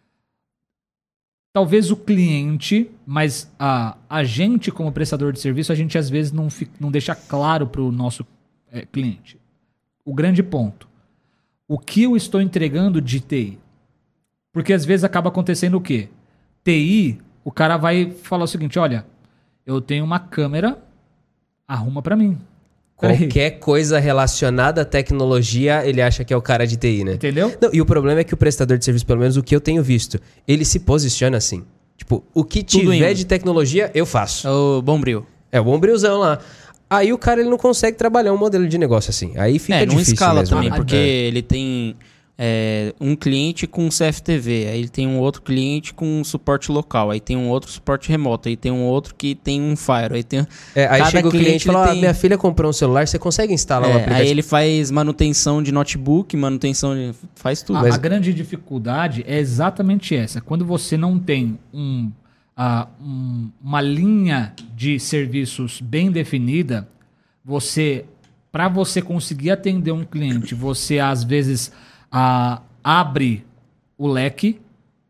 [SPEAKER 3] talvez o cliente, mas a, a gente como prestador de serviço, a gente às vezes não, fica, não deixa claro para o nosso é, cliente. O grande ponto. O que eu estou entregando de T I? Porque às vezes acaba acontecendo o quê? T I, o cara vai falar o seguinte, olha, eu tenho uma câmera, arruma para mim.
[SPEAKER 2] Qualquer coisa relacionada à tecnologia, ele acha que é o cara de T I, né?
[SPEAKER 3] Entendeu?
[SPEAKER 2] Não, e o problema é que o prestador de serviço, pelo menos o que eu tenho visto, ele se posiciona assim. Tipo, o que tiver de tecnologia, eu faço.
[SPEAKER 1] É o Bombril.
[SPEAKER 2] É o Bombrilzão lá. Aí o cara ele não consegue trabalhar um modelo de negócio assim. Aí fica
[SPEAKER 1] é,
[SPEAKER 2] difícil.
[SPEAKER 1] não escala
[SPEAKER 2] mesmo,
[SPEAKER 1] também,
[SPEAKER 2] né?
[SPEAKER 1] porque
[SPEAKER 2] é.
[SPEAKER 1] ele tem é, um cliente com C F T V, aí ele tem um outro cliente com suporte local, aí tem um outro suporte remoto, aí tem um outro que tem um Fire, aí tem...
[SPEAKER 2] É, aí
[SPEAKER 1] cada
[SPEAKER 2] chega o cliente e fala,
[SPEAKER 1] tem...
[SPEAKER 2] ah, minha filha comprou um celular, você consegue instalar
[SPEAKER 1] é,
[SPEAKER 2] um aplicativo?
[SPEAKER 1] Aí ele faz manutenção de notebook, manutenção de... faz tudo.
[SPEAKER 3] A,
[SPEAKER 2] Mas...
[SPEAKER 3] a grande dificuldade é exatamente essa. Quando você não tem um, uh, um, uma linha de serviços bem definida, você, para você conseguir atender um cliente, você às vezes uh, abre o leque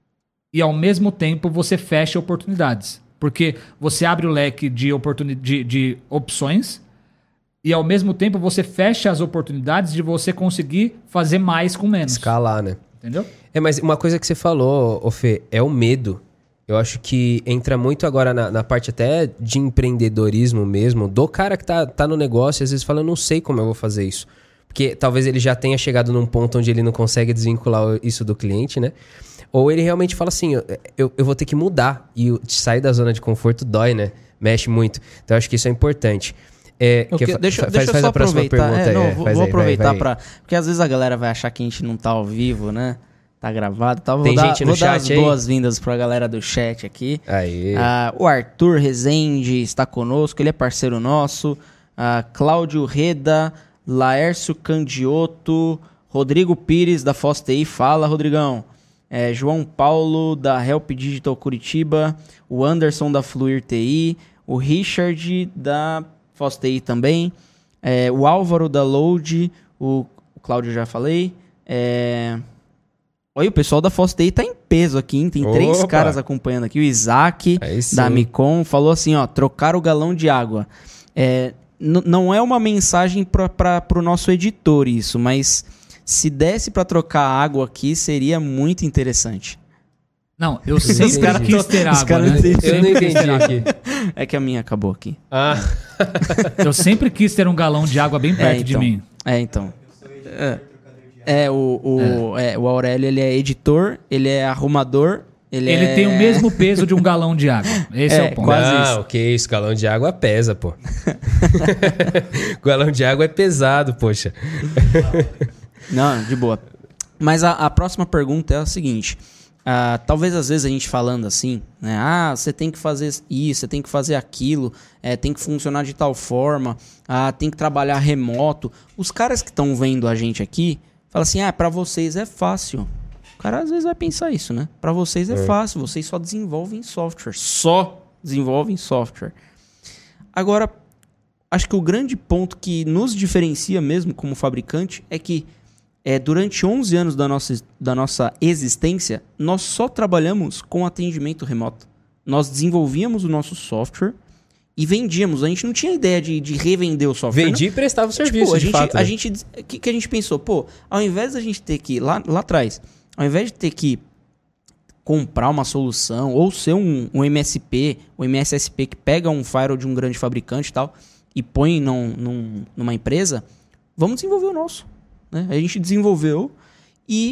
[SPEAKER 3] e ao mesmo tempo você fecha oportunidades. Porque você abre o leque de, oportuni- de, de opções e ao mesmo tempo você fecha as oportunidades de você conseguir fazer mais com menos.
[SPEAKER 2] Escalar, né?
[SPEAKER 3] Entendeu?
[SPEAKER 2] É, mas uma coisa que você falou, ô Fê, é o medo. Eu acho que entra muito agora na, na parte até de empreendedorismo mesmo, do cara que tá, tá no negócio e às vezes fala, eu não sei como eu vou fazer isso. Porque talvez ele já tenha chegado num ponto onde ele não consegue desvincular isso do cliente, né? Ou ele realmente fala assim, eu, eu, eu vou ter que mudar. E sair da zona de conforto dói, né? Mexe muito. Então eu acho que isso é importante. É,
[SPEAKER 1] Eu
[SPEAKER 2] que,
[SPEAKER 1] que, deixa
[SPEAKER 2] faz,
[SPEAKER 1] deixa eu
[SPEAKER 2] faz
[SPEAKER 1] só
[SPEAKER 2] a próxima
[SPEAKER 1] aproveitar.
[SPEAKER 2] pergunta
[SPEAKER 1] É, não,
[SPEAKER 2] aí. É,
[SPEAKER 1] vou,
[SPEAKER 2] faz
[SPEAKER 1] vou
[SPEAKER 2] aí,
[SPEAKER 1] aproveitar
[SPEAKER 2] vai, vai.
[SPEAKER 1] pra... Porque às vezes a galera vai achar que a gente não tá ao vivo, né? Tá gravado e tal. Vou
[SPEAKER 2] Tem
[SPEAKER 1] dar,
[SPEAKER 2] gente no
[SPEAKER 1] vou dar
[SPEAKER 2] chat
[SPEAKER 1] as
[SPEAKER 2] aí?
[SPEAKER 1] boas-vindas pra galera do chat aqui.
[SPEAKER 2] Aí.
[SPEAKER 1] Ah, o Arthur Rezende está conosco, ele é parceiro nosso. Ah, Cláudio Reda, Laércio Candioto, Rodrigo Pires, da Foz T I. Fala, Rodrigão. É, João Paulo, da Help Digital Curitiba. O Anderson, da Fluir T I. O Richard, da Foz T I também. É, o Álvaro, da Load. O, o Cláudio, já falei. É... Olha, o pessoal da Foz T I tá em peso aqui, hein? Tem
[SPEAKER 2] Opa.
[SPEAKER 1] três caras acompanhando aqui. O Isaac,
[SPEAKER 2] Aí sim.
[SPEAKER 1] da Micom, falou assim, ó, trocar o galão de água. É, n- não é uma mensagem para o nosso editor isso, mas se desse para trocar água aqui, seria muito interessante.
[SPEAKER 3] Não, eu sempre
[SPEAKER 2] caras
[SPEAKER 3] quis ter
[SPEAKER 1] os
[SPEAKER 3] água,
[SPEAKER 1] caras
[SPEAKER 3] né?
[SPEAKER 1] não entendem.
[SPEAKER 2] Eu não
[SPEAKER 3] Sempre quis ter
[SPEAKER 2] entendi
[SPEAKER 3] água.
[SPEAKER 2] aqui.
[SPEAKER 1] É que a minha acabou aqui.
[SPEAKER 2] Ah,
[SPEAKER 3] Eu sempre quis ter um galão de água bem perto
[SPEAKER 1] é,
[SPEAKER 3] de
[SPEAKER 1] então,
[SPEAKER 3] mim.
[SPEAKER 1] É, então. É, é, o, o, é. o Aurélio, ele é editor, ele é arrumador, ele,
[SPEAKER 3] Ele
[SPEAKER 1] é...
[SPEAKER 3] tem o mesmo peso de um galão de água. Esse é,
[SPEAKER 1] É,
[SPEAKER 3] o ponto.
[SPEAKER 1] quase
[SPEAKER 2] não,
[SPEAKER 1] isso.
[SPEAKER 2] o que isso? Galão de água pesa, pô. Galão de água é pesado, poxa.
[SPEAKER 1] Não, de boa. Mas a, a próxima pergunta é a seguinte. Uh, talvez às vezes a gente falando assim, né? Ah, você tem que fazer isso, você tem que fazer aquilo, é, tem que funcionar de tal forma, ah, tem que trabalhar remoto. Os caras que estão vendo a gente aqui, falam assim, ah, pra vocês é fácil. O cara às vezes vai pensar isso, né? Pra vocês é, é fácil, vocês só desenvolvem software. Só desenvolvem software. Agora, acho que o grande ponto que nos diferencia mesmo como fabricante é que É, durante onze anos da nossa, da nossa existência, nós só trabalhamos com atendimento remoto. Nós desenvolvíamos o nosso software e vendíamos. A gente não tinha ideia de, de revender o software.
[SPEAKER 2] Vendi e prestava o serviço,
[SPEAKER 1] tipo, a
[SPEAKER 2] de
[SPEAKER 1] gente,
[SPEAKER 2] fato.
[SPEAKER 1] a
[SPEAKER 2] né?
[SPEAKER 1] gente, o que, que a gente pensou? Pô, ao invés da gente ter que, lá, lá atrás, ao invés de ter que comprar uma solução ou ser um, um M S P, um M S S P que pega um firewall de um grande fabricante e tal e põe num, num, numa empresa, vamos desenvolver o nosso. Né? A gente desenvolveu e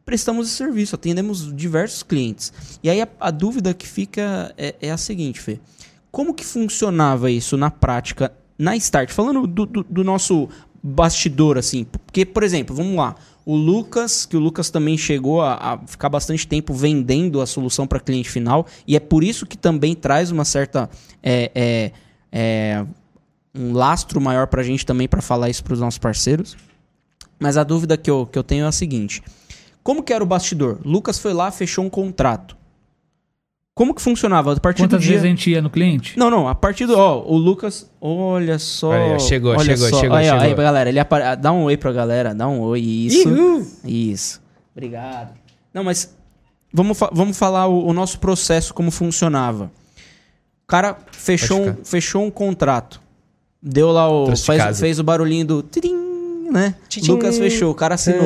[SPEAKER 1] prestamos esse serviço, atendemos diversos clientes. E aí a, a dúvida que fica é, é a seguinte, Fê. Como que funcionava isso na prática, na Start? Falando do, do, do nosso bastidor, assim. Porque, por exemplo, vamos lá. O Lucas, que o Lucas também chegou a, a ficar bastante tempo vendendo a solução para cliente final. E é por isso que também traz uma certa... É, é, é, um lastro maior para a gente também para falar isso para os nossos parceiros. Mas a dúvida que eu, que eu tenho é a seguinte. Como que era o bastidor? Lucas foi lá, fechou um contrato. Como que funcionava? A partir
[SPEAKER 3] Quantas
[SPEAKER 1] do dia...
[SPEAKER 3] vezes a gente ia no cliente?
[SPEAKER 1] Não, não. A partir do... Ó, o Lucas... Olha só...
[SPEAKER 2] Aí, ó, chegou,
[SPEAKER 1] olha
[SPEAKER 2] chegou,
[SPEAKER 1] só.
[SPEAKER 2] chegou,
[SPEAKER 1] aí, ó,
[SPEAKER 2] chegou.
[SPEAKER 1] aí, galera, ele apare... dá um oi pra galera. Dá um oi. Isso.
[SPEAKER 2] Ihu!
[SPEAKER 1] Isso. Obrigado. Não, mas... Vamos, fa... vamos falar o, o nosso processo, como funcionava. O cara fechou um, fechou um contrato. Deu lá o... Faz, fez o barulhinho do... Tirim, né? Tchim. Lucas fechou. O cara assinou.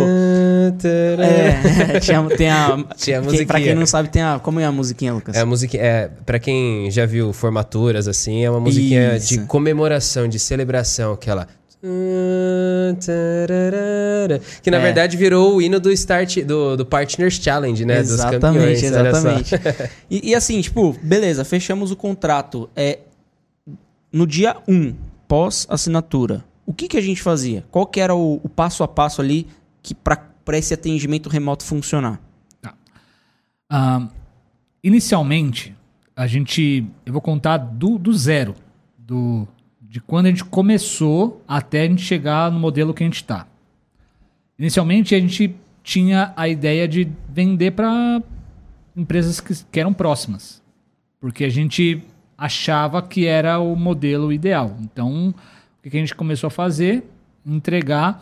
[SPEAKER 1] É, tinha, tem a...
[SPEAKER 2] Tinha a
[SPEAKER 1] quem,
[SPEAKER 2] musiquinha.
[SPEAKER 1] pra quem não sabe, tem a... Como é a musiquinha, Lucas?
[SPEAKER 2] É a musiquinha... É, pra quem já viu formaturas, assim, é uma musiquinha
[SPEAKER 1] Isso.
[SPEAKER 2] de comemoração, de celebração, aquela... Que na
[SPEAKER 1] É.
[SPEAKER 2] verdade virou o hino do Start, do, do Partners Challenge, né?
[SPEAKER 1] Exatamente,
[SPEAKER 2] dos campeões.
[SPEAKER 1] exatamente. E, e assim, tipo, beleza, fechamos o contrato. É, no dia um, pós-assinatura, o que, que a gente fazia? Qual que era o, o passo a passo ali que para esse atendimento remoto funcionar?
[SPEAKER 3] Ah, inicialmente, a gente... Eu vou contar do, do zero. Do, de quando a gente começou até a gente chegar no modelo que a gente está. Inicialmente, a gente tinha a ideia de vender para empresas que, que eram próximas. Porque a gente achava que era o modelo ideal. Então, o que a gente começou a fazer? Entregar...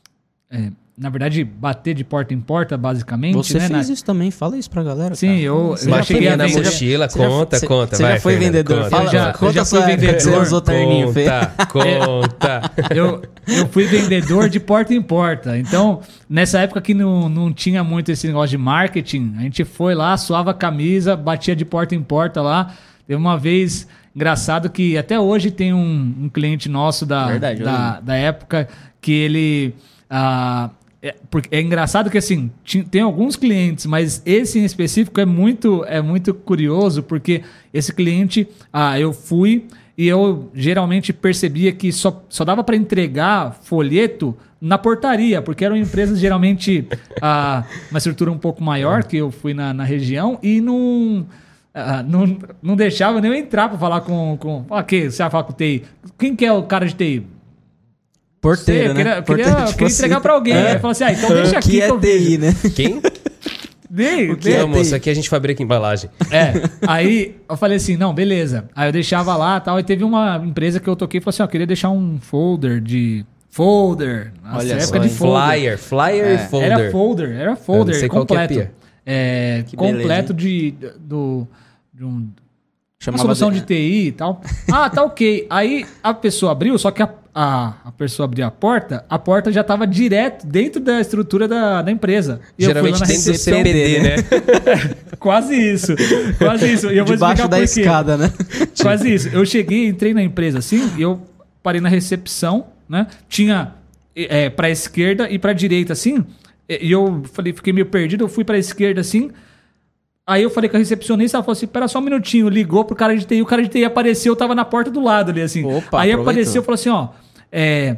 [SPEAKER 3] É, na verdade, bater de porta em porta, basicamente.
[SPEAKER 1] Você
[SPEAKER 3] né,
[SPEAKER 1] fez
[SPEAKER 3] na...
[SPEAKER 1] isso também, fala isso pra galera.
[SPEAKER 3] Sim,
[SPEAKER 1] cara.
[SPEAKER 3] eu,
[SPEAKER 1] Você
[SPEAKER 3] eu
[SPEAKER 1] já
[SPEAKER 3] cheguei
[SPEAKER 1] foi
[SPEAKER 3] a
[SPEAKER 2] na
[SPEAKER 1] vender-
[SPEAKER 2] mochila,
[SPEAKER 1] você já-
[SPEAKER 2] conta,
[SPEAKER 1] você-
[SPEAKER 2] conta.
[SPEAKER 1] Você
[SPEAKER 2] vai,
[SPEAKER 1] já foi
[SPEAKER 2] Fernando,
[SPEAKER 1] vendedor.
[SPEAKER 2] conta.
[SPEAKER 1] Fala,
[SPEAKER 3] Eu já-
[SPEAKER 1] conta
[SPEAKER 3] eu já fui
[SPEAKER 1] sua época que você
[SPEAKER 3] vendedor.
[SPEAKER 1] usou terninho, Fê.
[SPEAKER 2] Conta, conta.
[SPEAKER 3] eu, eu fui vendedor de porta em porta. Então, nessa época que não, não tinha muito esse negócio de marketing, a gente foi lá, suava a camisa, batia de porta em porta lá. Teve uma vez, engraçado, que até hoje tem um, um cliente nosso da,
[SPEAKER 1] Verdade, eu
[SPEAKER 3] da,
[SPEAKER 1] lembro.
[SPEAKER 3] da época que ele... ah, é, porque é engraçado que assim, ti- tem alguns clientes, mas esse em específico é muito, é muito curioso, porque esse cliente, ah, eu fui e eu geralmente percebia que só, só dava para entregar folheto na portaria, porque eram empresas geralmente ah, uma estrutura um pouco maior, que eu fui na, na região, e não, ah, não, não deixava nem eu entrar para falar com... com ah, que, você vai falar com o T I. Quem que é o cara de T I?
[SPEAKER 1] Porteiro,
[SPEAKER 3] Sei, eu
[SPEAKER 1] né?
[SPEAKER 3] queria, eu
[SPEAKER 1] Porteiro,
[SPEAKER 3] queria, eu
[SPEAKER 1] tipo
[SPEAKER 3] queria
[SPEAKER 1] assim.
[SPEAKER 3] entregar pra alguém.
[SPEAKER 1] É.
[SPEAKER 3] Aí eu falo assim, ah, então deixa aqui
[SPEAKER 1] Que
[SPEAKER 3] que,
[SPEAKER 1] é
[SPEAKER 3] eu
[SPEAKER 1] T
[SPEAKER 3] vejo.
[SPEAKER 1] I, né?
[SPEAKER 2] Quem?
[SPEAKER 3] Dei,
[SPEAKER 2] Não,
[SPEAKER 3] dei.
[SPEAKER 2] moço, aqui a gente fabrica embalagem.
[SPEAKER 3] É, aí eu falei assim, não, beleza. Aí eu deixava lá e tal, e teve uma empresa que eu toquei e falou assim, ó, eu queria deixar um folder de... Folder. Nossa,
[SPEAKER 1] Olha
[SPEAKER 3] época
[SPEAKER 1] só,
[SPEAKER 3] de
[SPEAKER 1] hein?
[SPEAKER 3] folder.
[SPEAKER 2] Flyer, flyer
[SPEAKER 1] É.
[SPEAKER 2] e folder.
[SPEAKER 3] Era folder, era folder,
[SPEAKER 2] Eu não sei qual que é
[SPEAKER 3] completo.
[SPEAKER 2] pior.
[SPEAKER 3] É,
[SPEAKER 1] Que
[SPEAKER 3] completo
[SPEAKER 1] beleza,
[SPEAKER 3] de, do, de um... Uma
[SPEAKER 1] Chamava
[SPEAKER 3] solução
[SPEAKER 1] de-
[SPEAKER 3] de T I e tal. Ah, tá ok. Aí a pessoa abriu, só que a, a, a pessoa abriu a porta, a porta já estava direto dentro da estrutura da, da empresa. E eu fui
[SPEAKER 2] Geralmente
[SPEAKER 3] lá na
[SPEAKER 2] tem do
[SPEAKER 3] recepção.
[SPEAKER 2] C P D, né?
[SPEAKER 3] Quase isso. Quase isso. E eu vou
[SPEAKER 1] Debaixo
[SPEAKER 3] explicar
[SPEAKER 1] da
[SPEAKER 3] por quê.
[SPEAKER 1] escada, né?
[SPEAKER 3] Quase isso. Eu cheguei, entrei na empresa assim, e eu parei na recepção, né? Tinha é, para esquerda e para direita assim. E eu falei, fiquei meio perdido, eu fui para esquerda assim. Aí eu falei com a recepcionista, ela falou assim, pera só um minutinho, ligou pro cara de T I, o cara de T I apareceu, eu tava na porta do lado ali, assim.
[SPEAKER 1] Opa,
[SPEAKER 3] aí
[SPEAKER 1] aproveitou.
[SPEAKER 3] apareceu e falou assim, ó, é,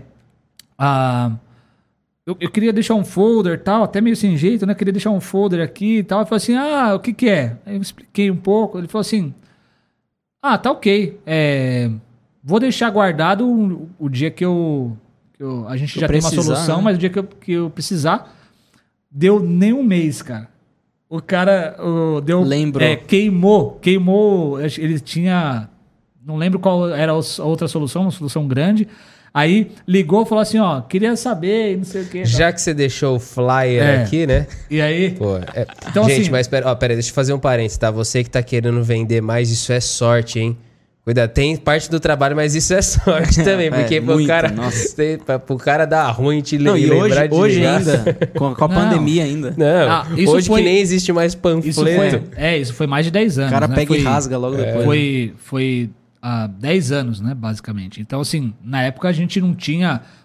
[SPEAKER 3] ah, eu, eu queria deixar um folder e tal, até meio sem jeito, né, queria deixar um folder aqui e tal. Eu falei assim, ah, o que que é? Aí eu expliquei um pouco, ele falou assim, ah, tá ok, é, vou deixar guardado o, o dia que eu, que eu- a gente
[SPEAKER 1] Que
[SPEAKER 3] já
[SPEAKER 1] eu
[SPEAKER 3] tem uma
[SPEAKER 1] precisar,
[SPEAKER 3] solução,
[SPEAKER 1] né?
[SPEAKER 3] mas o dia que eu, que eu precisar, deu nem um mês, cara. O cara o, deu.
[SPEAKER 1] Lembrou.
[SPEAKER 3] É, queimou. Queimou. Ele tinha. Não lembro qual era a outra solução, uma solução grande. Aí ligou e falou assim: ó, queria saber, não sei o quê.
[SPEAKER 2] Já que você deixou o flyer
[SPEAKER 3] É.
[SPEAKER 2] aqui, né?
[SPEAKER 3] E aí.
[SPEAKER 2] Pô, é-
[SPEAKER 3] Então,
[SPEAKER 2] gente,
[SPEAKER 3] assim-
[SPEAKER 2] mas pera, ó, pera aí, deixa eu fazer um parênteses, tá? Você que tá querendo vender mais, isso é sorte, hein? Cuidado, tem parte do trabalho, mas isso é sorte também,
[SPEAKER 1] É,
[SPEAKER 2] porque pro
[SPEAKER 1] muito,
[SPEAKER 2] cara,
[SPEAKER 1] nossa.
[SPEAKER 2] tem- pra- pro cara dar ruim te
[SPEAKER 1] Não, e hoje,
[SPEAKER 2] lembrar de
[SPEAKER 1] hoje
[SPEAKER 2] ligar.
[SPEAKER 1] ainda, com, com a
[SPEAKER 3] Não.
[SPEAKER 1] pandemia ainda,
[SPEAKER 2] Não,
[SPEAKER 3] Ah, isso
[SPEAKER 2] hoje
[SPEAKER 3] foi-
[SPEAKER 2] que nem existe mais
[SPEAKER 3] Isso
[SPEAKER 2] panfleto.
[SPEAKER 3] foi, é, isso foi mais de dez anos.
[SPEAKER 1] o cara
[SPEAKER 3] né?
[SPEAKER 1] pega
[SPEAKER 3] Foi-
[SPEAKER 1] e rasga logo depois.
[SPEAKER 3] Foi, foi há dez anos, né, basicamente. Então, assim, na época a gente não tinha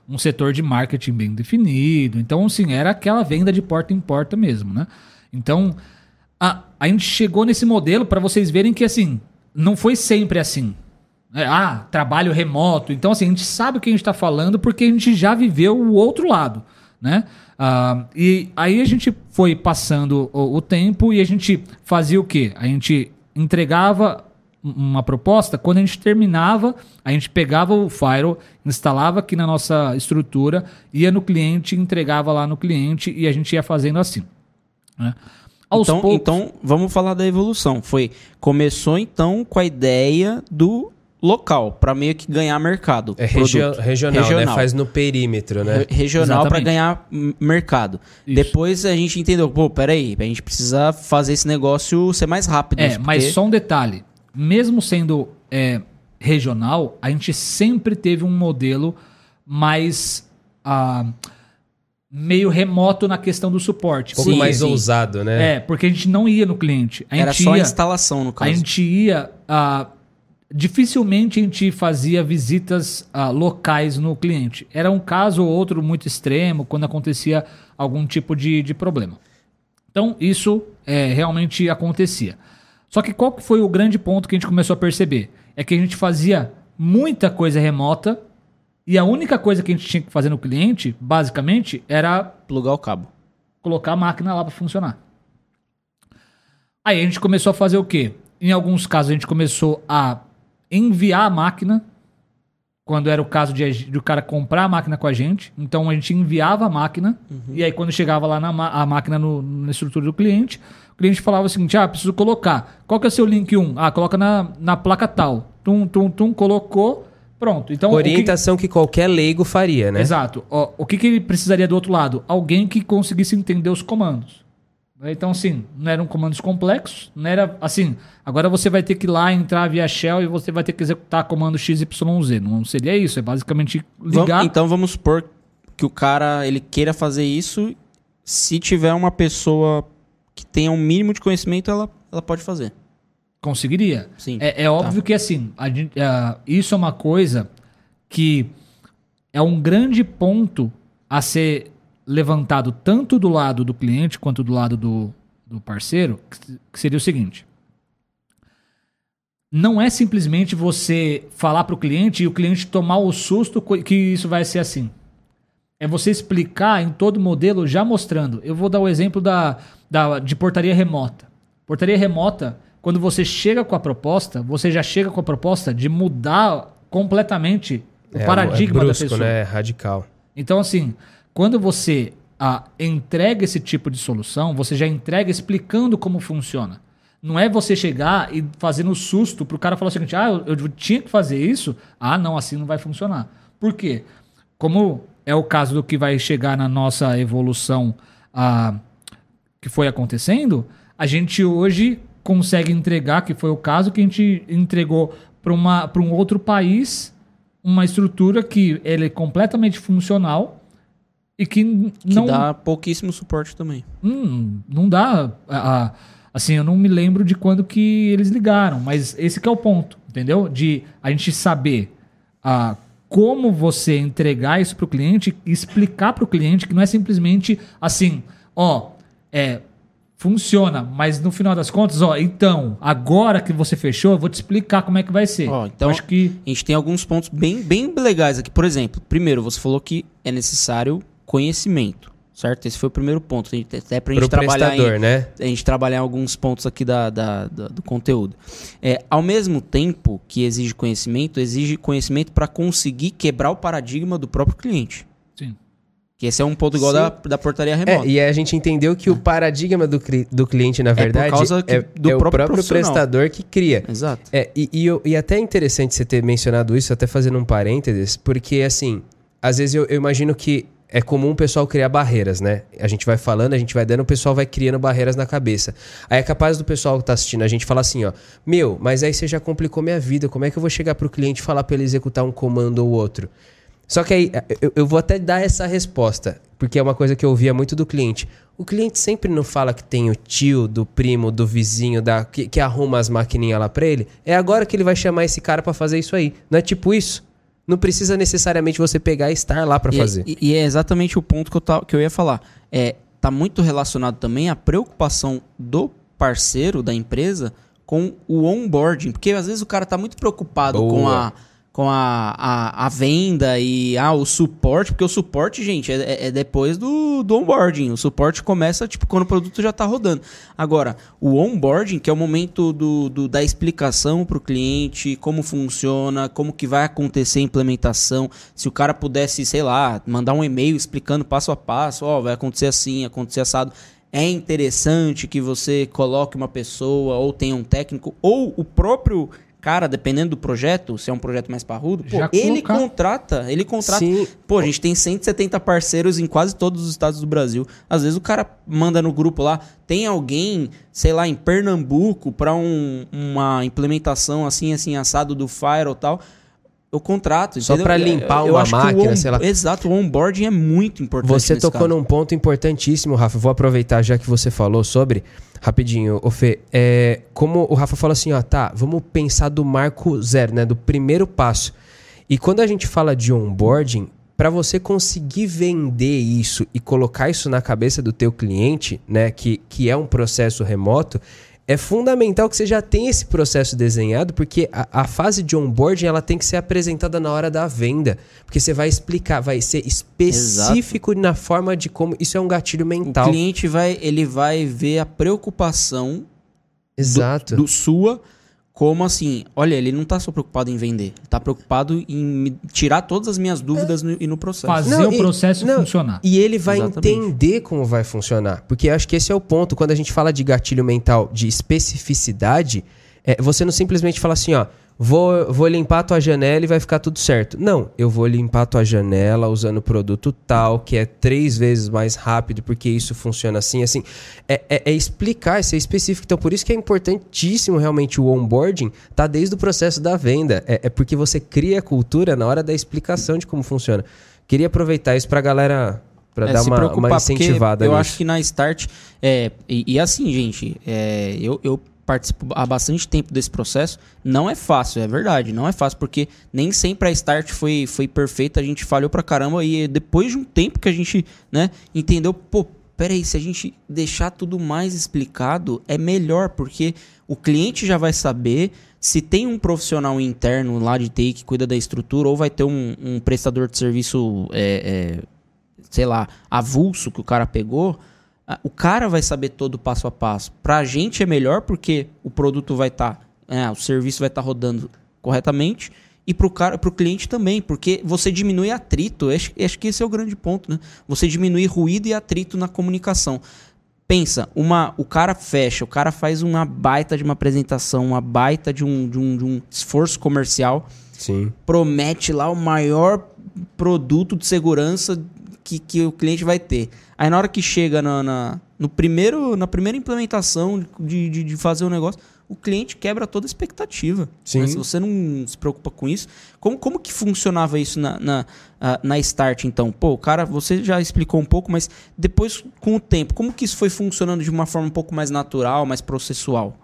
[SPEAKER 3] um setor de marketing bem definido. Então, assim, era aquela venda de porta em porta mesmo, né? Então, a, a gente chegou nesse modelo para vocês verem que, assim, não foi sempre assim. É, ah, trabalho remoto. Então, assim, a gente sabe o que a gente está falando porque a gente já viveu o outro lado, né? Ah, e aí a gente foi passando o, o tempo e a gente fazia o quê? A gente entregava uma proposta, quando a gente terminava, a gente pegava o firewall, instalava aqui na nossa estrutura, ia no cliente, entregava lá no cliente e a gente ia fazendo assim, né? Aos
[SPEAKER 1] então,
[SPEAKER 3] poucos...
[SPEAKER 1] então, vamos falar da evolução. Foi, começou então com a ideia do local, para meio que ganhar mercado.
[SPEAKER 2] É regi regional, regional, né? Faz no perímetro, né?
[SPEAKER 1] Re regional para ganhar mercado. Isso. Depois a gente entendeu, pô, peraí, a gente precisa fazer esse negócio ser mais rápido.
[SPEAKER 3] É,
[SPEAKER 1] porque...
[SPEAKER 3] mas só um detalhe. Mesmo sendo é, regional, a gente sempre teve um modelo mais ah, meio remoto na questão do suporte.
[SPEAKER 2] Um pouco sim, mais sim. ousado, né?
[SPEAKER 3] É, porque a gente não ia no cliente. A
[SPEAKER 1] Era
[SPEAKER 3] gente
[SPEAKER 1] só
[SPEAKER 3] ia,
[SPEAKER 1] a instalação, no caso.
[SPEAKER 3] A gente ia... Ah, dificilmente a gente fazia visitas ah, locais no cliente. Era um caso ou outro muito extremo, quando acontecia algum tipo de, de problema. Então, isso é, realmente acontecia. Só que qual que foi o grande ponto que a gente começou a perceber? É que a gente fazia muita coisa remota e a única coisa que a gente tinha que fazer no cliente, basicamente, era...
[SPEAKER 1] plugar o cabo.
[SPEAKER 3] Colocar a máquina lá para funcionar. Aí a gente começou a fazer o quê? Em alguns casos a gente começou a enviar a máquina, quando era o caso de, de o cara comprar a máquina com a gente. Então a gente enviava a máquina, uhum. e aí quando chegava lá na a máquina no, na estrutura do cliente, o cliente falava o seguinte: ah, preciso colocar. Qual que é o seu link um? Ah, coloca na, na placa tal. Tum, tum, tum, colocou, pronto. Então,
[SPEAKER 2] orientação que... que qualquer leigo faria, né?
[SPEAKER 3] Exato. Ó, o que, que ele precisaria do outro lado? Alguém que conseguisse entender os comandos. Então, assim, não eram comandos complexos, não era assim, agora você vai ter que ir lá entrar via shell e você vai ter que executar comando X Y Z. Não seria isso, é basicamente ligar...
[SPEAKER 1] Vamos, então vamos supor que o cara ele queira fazer isso, se tiver uma pessoa que tenha um mínimo de conhecimento, ela, ela pode fazer.
[SPEAKER 3] Conseguiria.
[SPEAKER 1] Sim.
[SPEAKER 3] É, é óbvio tá. que, assim, a gente, uh, isso é uma coisa que é um grande ponto a ser... levantado tanto do lado do cliente quanto do lado do, do parceiro, que seria o seguinte: não é simplesmente você falar para o cliente e o cliente tomar o susto que isso vai ser assim. É você explicar em todo modelo já mostrando. Eu vou dar o exemplo da, da, de portaria remota. Portaria remota, quando você chega com a proposta, você já chega com a proposta de mudar completamente o
[SPEAKER 2] é,
[SPEAKER 3] paradigma
[SPEAKER 2] é brusco,
[SPEAKER 3] da pessoa.
[SPEAKER 2] Né? É radical.
[SPEAKER 3] Então, assim... Quando você ah, entrega esse tipo de solução, você já entrega explicando como funciona. Não é você chegar e fazendo susto para o cara falar o seguinte: ah, eu, eu tinha que fazer isso? Ah, não, assim não vai funcionar. Por quê? Como é o caso do que vai chegar na nossa evolução ah, que foi acontecendo, a gente hoje consegue entregar, que foi o caso que a gente entregou para um outro país, uma estrutura que ele é completamente funcional, e que não...
[SPEAKER 1] Que dá pouquíssimo suporte também.
[SPEAKER 3] Hum, não dá... A, a, assim, eu não me lembro de quando que eles ligaram, mas esse que é o ponto, entendeu? De a gente saber a, como você entregar isso para o cliente e explicar para o cliente que não é simplesmente assim, ó, é, funciona, mas no final das contas, ó, então, agora que você fechou, eu vou te explicar como é que vai ser.
[SPEAKER 1] Ó, então,
[SPEAKER 3] eu acho que...
[SPEAKER 1] a gente tem alguns pontos bem, bem legais aqui. Por exemplo, primeiro, você falou que é necessário... conhecimento, certo? Esse foi o primeiro ponto. Até pra gente trabalhar em, né? A gente trabalhar em alguns pontos aqui da, da, da, do conteúdo. É, ao mesmo tempo que exige conhecimento, exige conhecimento para conseguir quebrar o paradigma do próprio cliente.
[SPEAKER 3] Sim.
[SPEAKER 1] Que esse é um ponto igual da, da portaria remota.
[SPEAKER 2] É, e a gente entendeu que é. o paradigma do, do cliente, na verdade,
[SPEAKER 1] é, por causa que,
[SPEAKER 2] é,
[SPEAKER 1] do
[SPEAKER 2] é o
[SPEAKER 1] próprio,
[SPEAKER 2] próprio prestador que cria.
[SPEAKER 1] Exato.
[SPEAKER 2] É, e, e, eu, e até é interessante você ter mencionado isso, até fazendo um parênteses, porque, assim, às vezes eu, eu imagino que é comum o pessoal criar barreiras, né? A gente vai falando, a gente vai dando, o pessoal vai criando barreiras na cabeça. Aí é capaz do pessoal que tá assistindo a gente falar assim, ó, meu, mas aí você já complicou minha vida, como é que eu vou chegar pro cliente e falar pra ele executar um comando ou outro? Só que aí, eu, eu vou até dar essa resposta, porque é uma coisa que eu ouvia muito do cliente. O cliente sempre não fala que tem o tio, do primo, do vizinho, da, que, que arruma as maquininhas lá pra ele. É agora que ele vai chamar esse cara pra fazer isso aí. Não é tipo isso? Não precisa necessariamente você pegar e estar lá para fazer.
[SPEAKER 1] E, e é exatamente o ponto que eu, tá, que eu ia falar. É, tá muito relacionado também à preocupação do parceiro, da empresa, com o onboarding. Porque às vezes o cara tá muito preocupado
[SPEAKER 2] Boa.
[SPEAKER 1] com a... com a, a, a venda e ah, o suporte, porque o suporte, gente, é, é depois do, do onboarding. O suporte começa tipo quando o produto já está rodando. Agora, o onboarding, que é o momento do, do, da explicação para o cliente, como funciona, como que vai acontecer a implementação. Se o cara pudesse, sei lá, mandar um e-mail explicando passo a passo, ó, vai acontecer assim, acontecer assado. É interessante que você coloque uma pessoa ou tenha um técnico ou o próprio... Cara, dependendo do projeto, se é um projeto mais parrudo, pô, ele colocar. contrata, ele contrata.
[SPEAKER 2] Sim.
[SPEAKER 1] Pô, a gente tem cento e setenta parceiros em quase todos os estados do Brasil. Às vezes o cara manda no grupo lá, tem alguém, sei lá, em Pernambuco para um, uma implementação assim, assim, assado do Firewall e tal. Eu contrato,
[SPEAKER 2] só para limpar
[SPEAKER 1] eu,
[SPEAKER 2] uma
[SPEAKER 1] eu
[SPEAKER 2] máquina,
[SPEAKER 1] on,
[SPEAKER 2] sei lá.
[SPEAKER 1] Exato, o onboarding é muito importante.
[SPEAKER 2] Você tocou
[SPEAKER 1] caso.
[SPEAKER 2] num ponto importantíssimo, Rafa. Vou aproveitar já que você falou sobre, rapidinho, ô Fê, é, como o Rafa falou assim, ó, tá, vamos pensar do marco zero, né, do primeiro passo. E quando a gente fala de onboarding, para você conseguir vender isso e colocar isso na cabeça do teu cliente, né, que, que é um processo remoto, é fundamental que você já tenha esse processo desenhado, porque a, a fase de onboarding ela tem que ser apresentada na hora da venda. Porque você vai explicar, vai ser específico Exato. Na forma de como... Isso é um gatilho mental.
[SPEAKER 1] O cliente vai, ele vai ver a preocupação
[SPEAKER 2] Exato.
[SPEAKER 1] Do, do sua... Como assim? Olha, ele não está só preocupado em vender. Ele está preocupado em me tirar todas as minhas dúvidas no, e no processo.
[SPEAKER 3] Fazer não, o processo e, funcionar.
[SPEAKER 2] E ele vai
[SPEAKER 1] Exatamente.
[SPEAKER 2] entender como vai funcionar. Porque eu acho que esse é o ponto. Quando a gente fala de gatilho mental, de especificidade, é, você não simplesmente fala assim, ó, vou, vou limpar a tua janela e vai ficar tudo certo. Não, eu vou limpar a tua janela usando o produto tal, que é três vezes mais rápido, porque isso funciona assim, assim. É, é, é explicar, é ser específico. Então, por isso que é importantíssimo realmente o onboarding, tá desde o processo da venda. É, é porque você cria a cultura na hora da explicação de como funciona. Queria aproveitar isso pra galera, pra
[SPEAKER 1] é,
[SPEAKER 2] dar uma, uma incentivada
[SPEAKER 1] eu
[SPEAKER 2] nisso.
[SPEAKER 1] acho que na Start, é, e, e assim, gente, é, eu... eu participo há bastante tempo desse processo. Não é fácil, é verdade. Não é fácil, porque nem sempre a Start foi, foi perfeita. A gente falhou pra caramba. E depois de um tempo que a gente, né, entendeu, pô, peraí, se a gente deixar tudo mais explicado, é melhor, porque o cliente já vai saber se tem um profissional interno lá de T I que cuida da estrutura, ou vai ter um, um prestador de serviço, é, é, sei lá, avulso que o cara pegou. O cara vai saber todo o passo a passo. Pra gente é melhor porque o produto vai estar, tá, é, o serviço vai estar tá rodando corretamente, e pro cara, pro cliente também, porque você diminui atrito. Acho, acho que esse é o grande ponto, né? Você diminui ruído e atrito na comunicação. Pensa, uma, o cara fecha, o cara faz uma baita de uma apresentação, uma baita de um, de um, de um esforço comercial.
[SPEAKER 2] Sim.
[SPEAKER 1] Promete lá o maior produto de segurança Que, que o cliente vai ter. Aí na hora que chega na, na, no primeiro, na primeira implementação de, de, de fazer o negócio, o cliente quebra toda a expectativa.
[SPEAKER 2] Sim.
[SPEAKER 1] Né? Se você não se preocupa com isso, como, como que funcionava isso na, na, na Start, então? Pô, cara, você já explicou um pouco, mas depois, com o tempo, como que isso foi funcionando de uma forma um pouco mais natural, mais processual?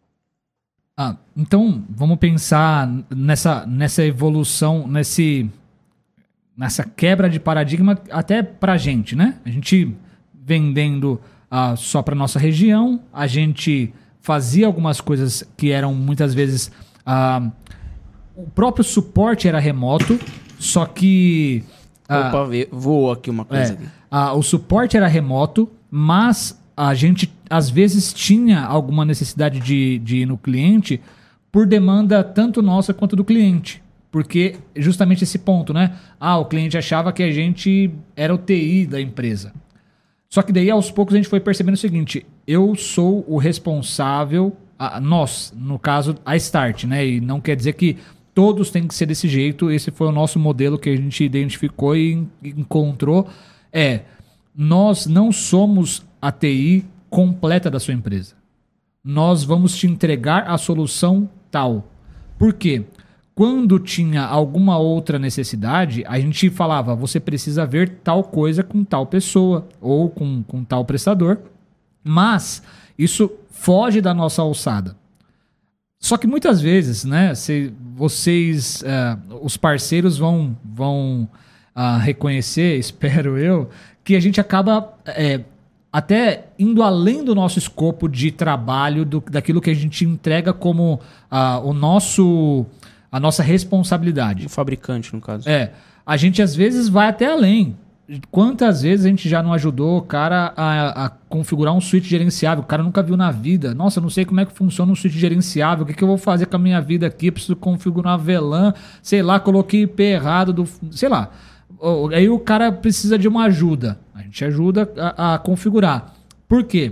[SPEAKER 3] Ah, então, vamos pensar nessa, nessa evolução, nesse... nessa quebra de paradigma até pra gente, né? A gente vendendo uh, só pra nossa região, a gente fazia algumas coisas que eram muitas vezes... Uh, o próprio suporte era remoto, só que... Uh,
[SPEAKER 1] Opa, voou aqui uma coisa.
[SPEAKER 3] É,
[SPEAKER 1] aqui.
[SPEAKER 3] Uh, o suporte era remoto, mas a gente às vezes tinha alguma necessidade de, de ir no cliente por demanda tanto nossa quanto do cliente. Porque justamente esse ponto, né? Ah, o cliente achava que a gente era o T I da empresa. Só que daí, aos poucos, a gente foi percebendo o seguinte. Eu sou o responsável, a, nós, no caso, a Start, né? E não quer dizer que todos têm que ser desse jeito. Esse foi o nosso modelo que a gente identificou e encontrou. É, nós não somos a T I completa da sua empresa. Nós vamos te entregar a solução tal. Por quê? Quando tinha alguma outra necessidade, a gente falava, você precisa ver tal coisa com tal pessoa ou com, com tal prestador, mas isso foge da nossa alçada. Só que muitas vezes, né, se vocês, uh, os parceiros vão, vão uh, reconhecer, espero eu, que a gente acaba é, até indo além do nosso escopo de trabalho, do, daquilo que a gente entrega como uh, o nosso, a nossa responsabilidade.
[SPEAKER 1] O fabricante, no caso.
[SPEAKER 3] É, a gente às vezes vai até além. Quantas vezes a gente já não ajudou o cara a, a configurar um switch gerenciável? O cara nunca viu na vida. Nossa, eu não sei como é que funciona um switch gerenciável. O que, que eu vou fazer com a minha vida aqui? Eu preciso configurar V LAN. Sei lá, coloquei I P errado. Do, sei lá. Aí o cara precisa de uma ajuda. A gente ajuda a, a configurar. Por quê?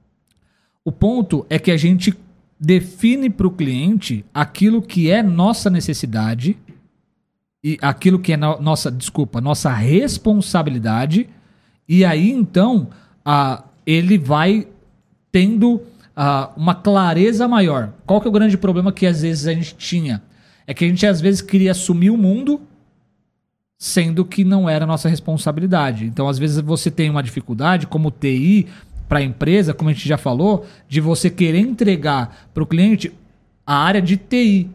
[SPEAKER 3] O ponto é que a gente define para o cliente aquilo que é nossa necessidade e aquilo que é no, nossa, desculpa, nossa responsabilidade, e aí então a, ele vai tendo a, uma clareza maior. Qual que é o grande problema que às vezes a gente tinha? É que a gente às vezes queria assumir o mundo, sendo que não era nossa responsabilidade. Então às vezes você tem uma dificuldade como T I para a empresa, como a gente já falou, de você querer entregar para o cliente a área de T I.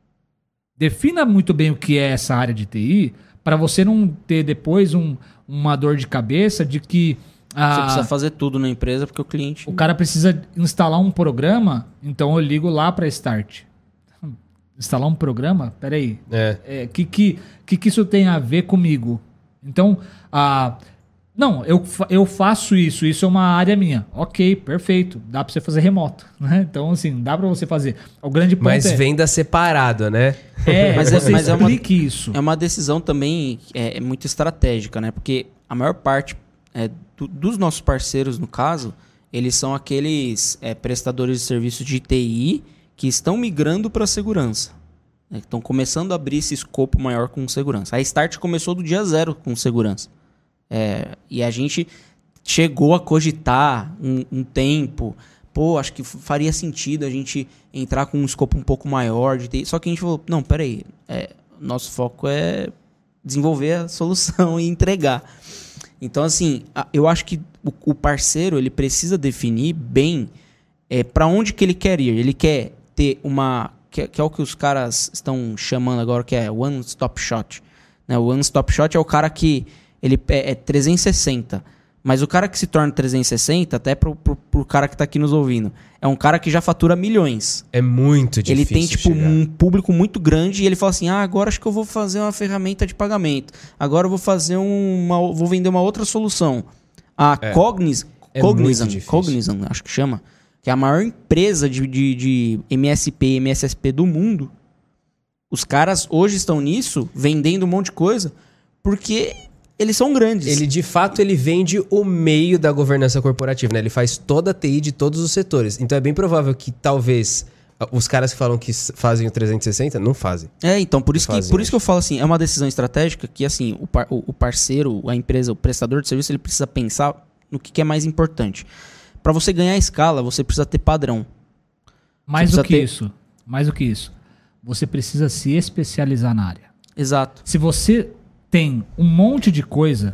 [SPEAKER 3] Defina muito bem o que é essa área de T I para você não ter depois um, uma dor de cabeça de que a,
[SPEAKER 1] você precisa fazer tudo na empresa porque o cliente...
[SPEAKER 3] O cara precisa instalar um programa, então eu ligo lá para Start. Instalar um programa? Peraí.
[SPEAKER 2] É.
[SPEAKER 3] É, que, que, que, que isso tem a ver comigo? Então, a... Não, eu, eu faço isso, isso é uma área minha. Ok, perfeito. Dá pra você fazer remoto, né? Então, assim, dá pra você fazer. O grande ponto
[SPEAKER 2] Mas
[SPEAKER 3] é...
[SPEAKER 2] venda separado, né?
[SPEAKER 3] É,
[SPEAKER 1] mas
[SPEAKER 3] você
[SPEAKER 1] é, mas é uma,
[SPEAKER 3] isso.
[SPEAKER 1] É uma decisão também é, é muito estratégica, né? Porque a maior parte é, do, dos nossos parceiros, no caso, eles são aqueles é, prestadores de serviço de T I que estão migrando para segurança. Né? Estão começando a abrir esse escopo maior com segurança. A Start começou do dia zero com segurança. É, e a gente chegou a cogitar um, um tempo, pô, acho que faria sentido a gente entrar com um escopo um pouco maior, de ter, só que a gente falou, não, peraí, é, nosso foco é desenvolver a solução e entregar. Então, assim, eu acho que o, o parceiro, ele precisa definir bem é, para onde que ele quer ir. Ele quer ter uma, que, que é o que os caras estão chamando agora, que é One Stop Shot. Né? O One Stop Shot é o cara que ele é trezentos e sessenta. Mas o cara que se torna trezentos e sessenta, até pro, pro, pro cara que tá aqui nos ouvindo, é um cara que já fatura milhões.
[SPEAKER 2] É muito difícil.
[SPEAKER 1] Ele tem, tipo,
[SPEAKER 2] chegar.
[SPEAKER 1] um público muito grande e ele fala assim, ah, agora acho que eu vou fazer uma ferramenta de pagamento. Agora eu vou fazer uma... vou vender uma outra solução. A
[SPEAKER 2] É.
[SPEAKER 1] Cogniz,
[SPEAKER 2] É
[SPEAKER 1] Cognizant,
[SPEAKER 2] muito difícil.
[SPEAKER 1] Cognizant, acho que chama, que é a maior empresa de, de, de M S P e M S S P do mundo. Os caras hoje estão nisso, vendendo um monte de coisa, porque... eles são grandes.
[SPEAKER 2] Ele, de fato, ele vende o meio da governança corporativa, né? Ele faz toda a T I de todos os setores. Então, é bem provável que, talvez, os caras que falam que fazem o trezentos e sessenta, não fazem.
[SPEAKER 1] É, então, por isso, que,
[SPEAKER 2] fazem
[SPEAKER 1] por isso que eu falo assim, é uma decisão estratégica que, assim, o, par, o parceiro, a empresa, o prestador de serviço, ele precisa pensar no que, que é mais importante. Para você ganhar escala, você precisa ter padrão.
[SPEAKER 3] Mais
[SPEAKER 1] Você
[SPEAKER 3] do que
[SPEAKER 1] ter...
[SPEAKER 3] isso, mais do que isso, você precisa se especializar na área.
[SPEAKER 1] Exato.
[SPEAKER 3] Se você tem um monte de coisa,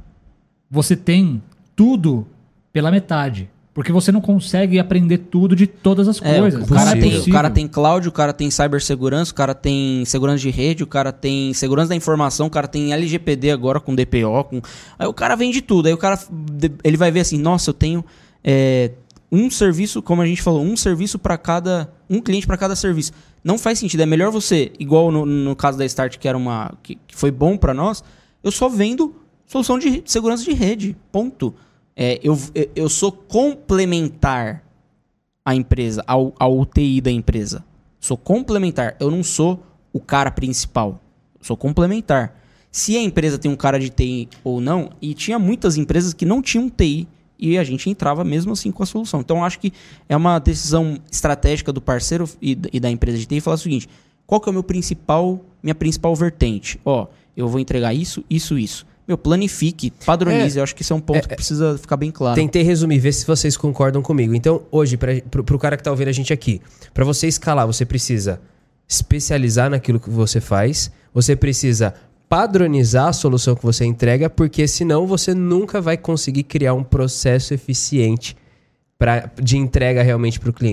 [SPEAKER 3] você tem tudo pela metade. Porque você não consegue aprender tudo de todas as
[SPEAKER 1] É,
[SPEAKER 3] coisas.
[SPEAKER 1] o, cara
[SPEAKER 3] Não é
[SPEAKER 1] tem, o
[SPEAKER 3] possível.
[SPEAKER 1] cara tem cloud, o cara tem cibersegurança, o cara tem segurança de rede, o cara tem segurança da informação, o cara tem L G P D agora com D P O. Com... Aí o cara vende tudo. Aí o cara ele vai ver assim, nossa, eu tenho é, um serviço, como a gente falou, um serviço para cada... um cliente para cada serviço. Não faz sentido. É melhor você, igual no, no caso da Start, que era uma que, que foi bom para nós, eu só vendo solução de segurança de rede. Ponto. É, eu, eu sou complementar à empresa, ao, ao U T I da empresa. Sou complementar. Eu não sou o cara principal. Sou complementar. Se a empresa tem um cara de T I ou não, e tinha muitas empresas que não tinham T I, e a gente entrava mesmo assim com a solução. Então, acho que é uma decisão estratégica do parceiro e, e da empresa de T I falar o seguinte, qual que é o meu principal, minha principal vertente? Ó, eu vou entregar isso, isso, isso. Meu, planifique, padronize.
[SPEAKER 2] É,
[SPEAKER 1] eu acho que isso é um ponto
[SPEAKER 2] é,
[SPEAKER 1] que precisa ficar bem claro.
[SPEAKER 2] Tentei resumir, ver se vocês concordam comigo. Então, hoje, para o cara que tá ouvindo a gente aqui, para você escalar, você precisa especializar naquilo que você faz, você precisa padronizar a solução que você entrega, porque senão você nunca vai conseguir criar um processo eficiente pra, de entrega realmente para o cliente.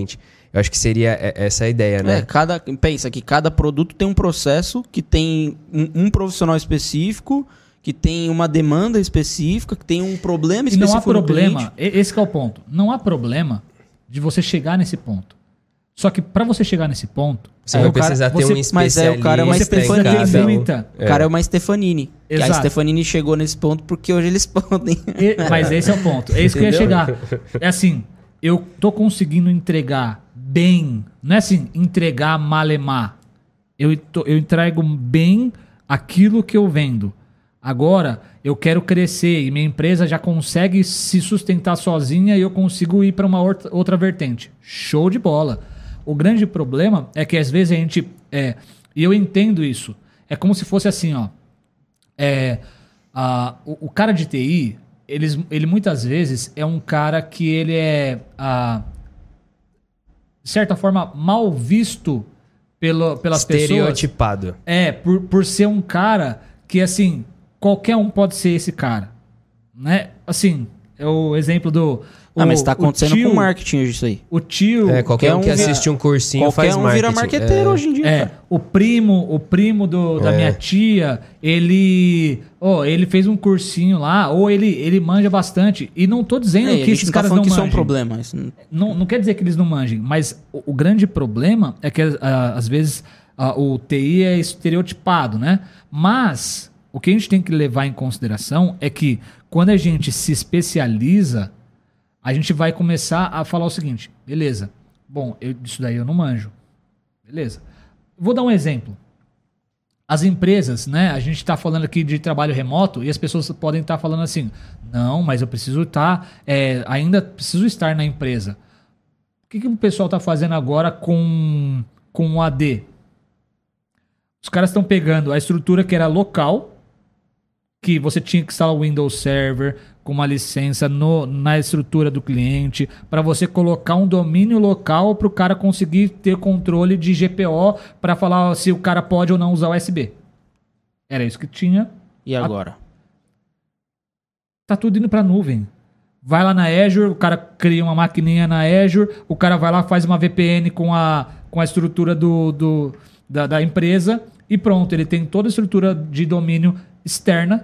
[SPEAKER 2] Eu acho que seria essa a ideia, né?
[SPEAKER 1] É, cada, pensa que cada produto tem um processo, que tem um, um profissional específico, que tem uma demanda específica, que tem um problema
[SPEAKER 3] específico. E não há problema, esse que é o ponto. Não há problema de você chegar nesse ponto. Só que para você chegar nesse ponto,
[SPEAKER 2] você vai precisar ter um especialista.
[SPEAKER 1] Mas é, o cara é uma Stefanini.
[SPEAKER 3] Muita.
[SPEAKER 1] O cara é uma Stefanini.
[SPEAKER 3] Exato.
[SPEAKER 1] A Stefanini chegou nesse ponto porque hoje eles podem.
[SPEAKER 3] E, mas esse é o ponto. É isso que eu ia chegar. É assim, eu tô conseguindo entregar bem. Não é assim, entregar malemar. Eu, tô, eu entrego bem aquilo que eu vendo. Agora, eu quero crescer e minha empresa já consegue se sustentar sozinha e eu consigo ir para uma outra, outra vertente. Show de bola. O grande problema é que às vezes a gente... É, e eu entendo isso. É como se fosse assim, ó. É, a, o, o cara de T I, eles, ele muitas vezes é um cara que ele é, a, de certa forma, mal visto pelo, pelas pessoas.
[SPEAKER 2] Estereotipado.
[SPEAKER 3] É, por, por ser um cara que, assim, qualquer um pode ser esse cara. Né? Assim, é o exemplo do...
[SPEAKER 1] Ah,
[SPEAKER 3] o,
[SPEAKER 1] mas tá acontecendo
[SPEAKER 3] tio,
[SPEAKER 1] com marketing hoje isso aí.
[SPEAKER 3] O tio...
[SPEAKER 2] É, qualquer um que assiste um cursinho faz marketing.
[SPEAKER 1] Qualquer um vira marqueteiro
[SPEAKER 2] é.
[SPEAKER 1] hoje em dia,
[SPEAKER 3] É,
[SPEAKER 1] cara.
[SPEAKER 3] o primo, o primo do, da
[SPEAKER 2] É.
[SPEAKER 3] minha tia, ele... Oh, ele fez um cursinho lá, ou ele, ele manja bastante. E não tô dizendo
[SPEAKER 1] É,
[SPEAKER 3] que esses
[SPEAKER 1] tá
[SPEAKER 3] caras não
[SPEAKER 1] que
[SPEAKER 3] manjem.
[SPEAKER 1] isso é um problema. Isso não...
[SPEAKER 3] Não, não quer dizer que eles não manjem, mas o, o grande problema é que, ah, às vezes, ah, o T I é estereotipado, né? Mas o que a gente tem que levar em consideração é que quando a gente se especializa, a gente vai começar a falar o seguinte, beleza, bom, eu, isso daí eu não manjo. Beleza. Vou dar um exemplo. As empresas, né? A gente está falando aqui de trabalho remoto e as pessoas podem estar tá falando assim, não, mas eu preciso estar, é, ainda preciso estar na empresa. O que, que o pessoal está fazendo agora com, com o A D? Os caras estão pegando a estrutura que era local, que você tinha que instalar o Windows Server com uma licença no, na estrutura do cliente, para você colocar um domínio local para o cara conseguir ter controle de G P O para falar se o cara pode ou não usar U S B. Era isso que tinha.
[SPEAKER 1] E agora?
[SPEAKER 3] Tá tudo indo para nuvem. Vai lá na Azure, o cara cria uma maquininha na Azure, o cara vai lá, faz uma V P N com a, com a estrutura do, do, da, da empresa e pronto, ele tem toda a estrutura de domínio externa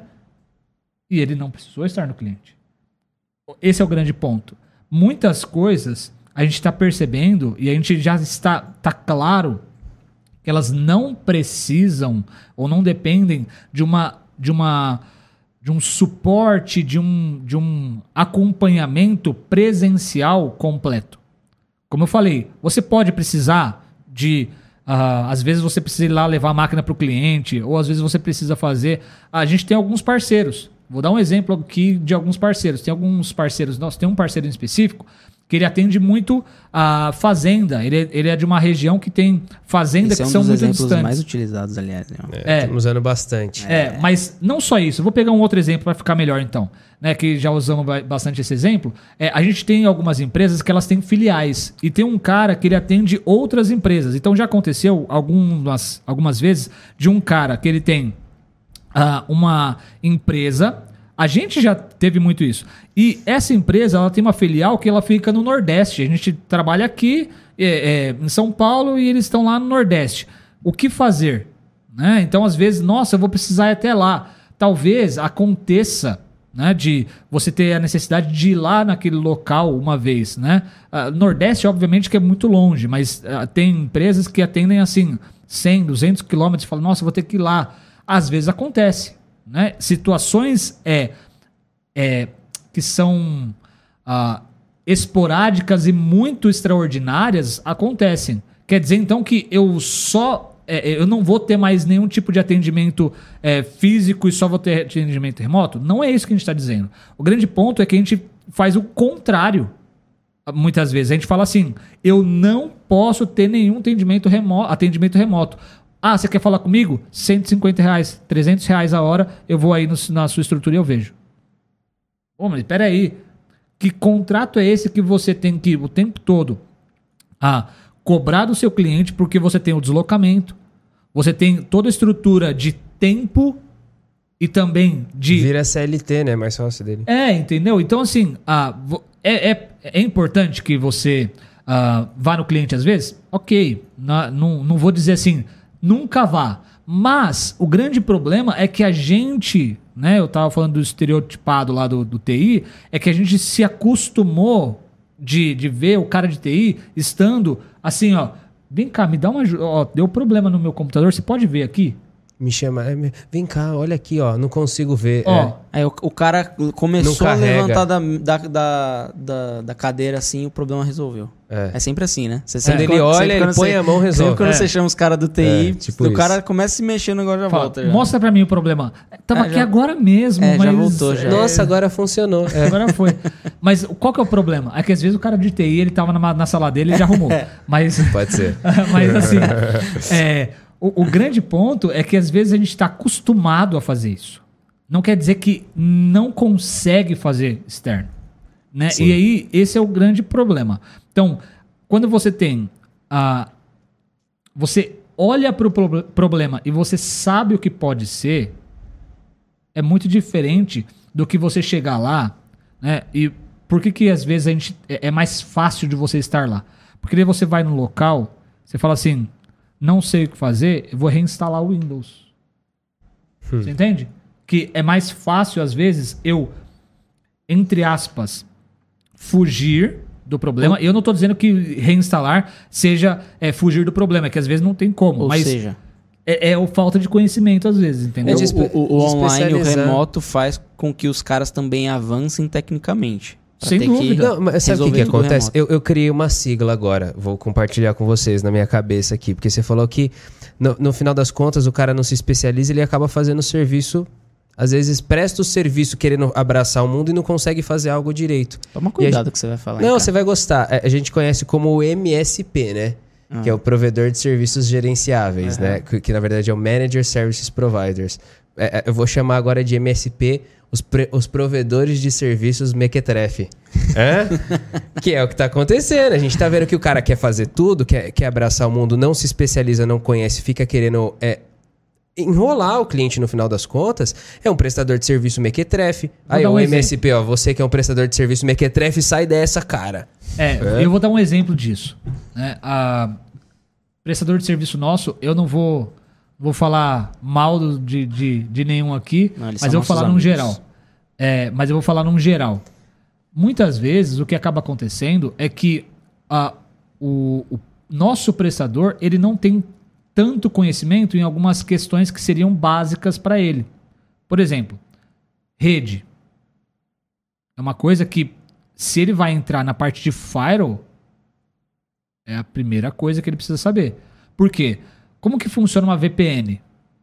[SPEAKER 3] e ele não precisou estar no cliente. Esse é o grande ponto. Muitas coisas a gente está percebendo e a gente já está tá claro que elas não precisam ou não dependem de uma de uma de um suporte, de um, de um acompanhamento presencial completo. Como eu falei, você pode precisar de... Uh, às vezes você precisa ir lá levar a máquina para o cliente, ou às vezes você precisa fazer... A gente tem alguns parceiros. Vou dar um exemplo aqui de alguns parceiros. Tem alguns parceiros nossos, tem um parceiro em específico que ele atende muito a fazenda. Ele é, ele é de uma região que tem fazenda
[SPEAKER 1] Esse
[SPEAKER 3] que
[SPEAKER 1] é um
[SPEAKER 3] são
[SPEAKER 1] dos
[SPEAKER 3] muito
[SPEAKER 1] exemplos
[SPEAKER 3] distantes.
[SPEAKER 1] mais utilizados, aliás. Né?
[SPEAKER 2] É,
[SPEAKER 3] É.
[SPEAKER 2] Estamos usando bastante.
[SPEAKER 3] É, mas não só isso. Eu vou pegar um outro exemplo para ficar melhor, então. Né, que já usamos ba- bastante esse exemplo. É, a gente tem algumas empresas que elas têm filiais. E tem um cara que ele atende outras empresas. Então já aconteceu algumas, algumas vezes de um cara que ele tem ah, uma empresa... A gente já teve muito isso. E essa empresa, ela tem uma filial que ela fica no Nordeste. A gente trabalha aqui é, é, em São Paulo e eles estão lá no Nordeste. O que fazer? Né? Então, às vezes, nossa, eu vou precisar ir até lá. Talvez aconteça, né, de você ter a necessidade de ir lá naquele local uma vez. Né? Uh, Nordeste, obviamente, que é muito longe, mas uh, tem empresas que atendem assim, cem, duzentos quilômetros e falam, nossa, eu vou ter que ir lá. Às vezes acontece. Né? Situações é, é, que são ah, esporádicas e muito extraordinárias acontecem. Quer dizer, então, que eu só... É, eu não vou ter mais nenhum tipo de atendimento é, físico e só vou ter atendimento remoto? Não é isso que a gente está dizendo. O grande ponto é que a gente faz o contrário. Muitas vezes. A gente fala assim, eu não posso ter nenhum atendimento remoto. Atendimento remoto. Ah, você quer falar comigo? cento e cinquenta reais, trezentos reais a hora, eu vou aí no, na sua estrutura e eu vejo. Pô, mas espera aí. Que contrato é esse que você tem que, o tempo todo, ah, cobrar do seu cliente porque você tem o deslocamento, você tem toda a estrutura de tempo e também de...
[SPEAKER 2] Vira C L T, né? Mais fácil dele.
[SPEAKER 3] É, entendeu? Então, assim, ah, é, é, é importante que você uh, vá no cliente às vezes? Ok, não, não, não vou dizer assim, nunca vá. Mas o grande problema é que a gente, né, eu estava falando do estereotipado lá do, do T I, é que a gente se acostumou de, de ver o cara de T I estando assim, ó, vem cá, me dá uma ajuda, ó, deu problema no meu computador, você pode ver aqui?
[SPEAKER 2] Me chama, vem cá, olha aqui, ó, não consigo ver.
[SPEAKER 1] Ó,
[SPEAKER 2] é.
[SPEAKER 1] aí o, o cara começou
[SPEAKER 2] Não
[SPEAKER 1] a
[SPEAKER 2] carrega.
[SPEAKER 1] levantar da, da, da, da, da cadeira assim, o problema resolveu.
[SPEAKER 2] É.
[SPEAKER 1] É sempre assim, né? Você
[SPEAKER 2] Quando
[SPEAKER 1] sempre,
[SPEAKER 2] ele olha,
[SPEAKER 1] sempre
[SPEAKER 2] ele
[SPEAKER 1] quando
[SPEAKER 2] põe
[SPEAKER 1] você-
[SPEAKER 2] a mão, resolve.
[SPEAKER 1] Sempre quando
[SPEAKER 3] É.
[SPEAKER 1] você chama os caras do T I,
[SPEAKER 2] É, tipo
[SPEAKER 1] o
[SPEAKER 2] isso.
[SPEAKER 1] cara começa a se mexer, o negócio já
[SPEAKER 3] Fala,
[SPEAKER 1] volta. Já.
[SPEAKER 3] mostra pra mim o problema. Tava
[SPEAKER 1] É,
[SPEAKER 3] aqui
[SPEAKER 1] já-
[SPEAKER 3] agora mesmo,
[SPEAKER 1] É,
[SPEAKER 3] mas...
[SPEAKER 1] já voltou, já.
[SPEAKER 2] Nossa, agora funcionou. É.
[SPEAKER 3] Agora foi. Mas qual que é o problema? É que às vezes o cara de T I, ele tava na, na sala dele e já arrumou. Mas,
[SPEAKER 2] Pode ser.
[SPEAKER 3] mas assim, é, o, o grande ponto é que às vezes a gente está acostumado a fazer isso. Não quer dizer que não consegue fazer externo. Né?
[SPEAKER 2] Sim.
[SPEAKER 3] E aí, esse é o grande problema. Então, quando você tem a... Você olha para o pro- problema e você sabe o que pode ser, é muito diferente do que você chegar lá, né? E por que que às vezes a gente é é mais fácil de você estar lá? Porque daí você vai no local, você fala assim, não sei o que fazer, eu vou reinstalar o Windows. Você entende? Que é mais fácil às vezes eu, entre aspas, fugir do problema. Eu não estou dizendo que reinstalar seja é, fugir do problema, é que às vezes não tem como,
[SPEAKER 1] Ou
[SPEAKER 3] mas
[SPEAKER 1] seja,
[SPEAKER 3] é, é o falta de conhecimento às vezes, entendeu?
[SPEAKER 2] É de
[SPEAKER 1] o,
[SPEAKER 2] espe-
[SPEAKER 1] o- o
[SPEAKER 2] de
[SPEAKER 1] online, o
[SPEAKER 2] especializar.
[SPEAKER 1] remoto faz com que os caras também avancem tecnicamente. Pra
[SPEAKER 3] Sem
[SPEAKER 1] ter
[SPEAKER 3] dúvida.
[SPEAKER 2] Não, mas sabe o que,
[SPEAKER 1] resolver
[SPEAKER 2] que
[SPEAKER 1] tudo
[SPEAKER 2] acontece?
[SPEAKER 1] remoto.
[SPEAKER 2] Eu, eu criei uma sigla agora, vou compartilhar com vocês na minha cabeça aqui, porque você falou que no, no final das contas o cara não se especializa, ele acaba fazendo serviço, às vezes presta o serviço querendo abraçar o mundo e não consegue fazer algo direito.
[SPEAKER 1] Toma
[SPEAKER 2] E a
[SPEAKER 1] cuidado
[SPEAKER 2] gente-
[SPEAKER 1] que você vai falar.
[SPEAKER 2] Não,
[SPEAKER 1] hein,
[SPEAKER 2] você
[SPEAKER 1] cara.
[SPEAKER 2] vai gostar. É, a gente conhece como o M S P, né?
[SPEAKER 1] Ah.
[SPEAKER 2] Que é o provedor de serviços gerenciáveis, né? Que, que na verdade é o Manager Services Providers. É, é, eu vou chamar agora de M S P os, pre- os provedores de serviços mequetrefe. Hã? Que é o que tá acontecendo. A gente tá vendo que o cara quer fazer tudo, quer, quer abraçar o mundo, não se especializa, não conhece, fica querendo é, enrolar o cliente no final das contas. É um prestador de serviço mequetrefe. Aí
[SPEAKER 3] dar um
[SPEAKER 2] o
[SPEAKER 3] exemplo.
[SPEAKER 2] M S P, ó, você que é um prestador de serviço mequetrefe, sai dessa, cara.
[SPEAKER 3] É, eu vou dar um exemplo disso. Né? A prestador de serviço nosso, eu não vou, vou falar mal do- de, de, de nenhum aqui,
[SPEAKER 1] Não, eles
[SPEAKER 3] mas
[SPEAKER 1] são
[SPEAKER 3] eu vou falar
[SPEAKER 1] nossos
[SPEAKER 3] num
[SPEAKER 1] amigos.
[SPEAKER 3] geral. É, mas eu vou falar num geral. Muitas vezes o que acaba acontecendo é que a, o, o nosso prestador ele não tem tanto conhecimento em algumas questões que seriam básicas para ele. Por exemplo, rede. É uma coisa que, se ele vai entrar na parte de firewall, é a primeira coisa que ele precisa saber. Por quê? Como que funciona uma V P N?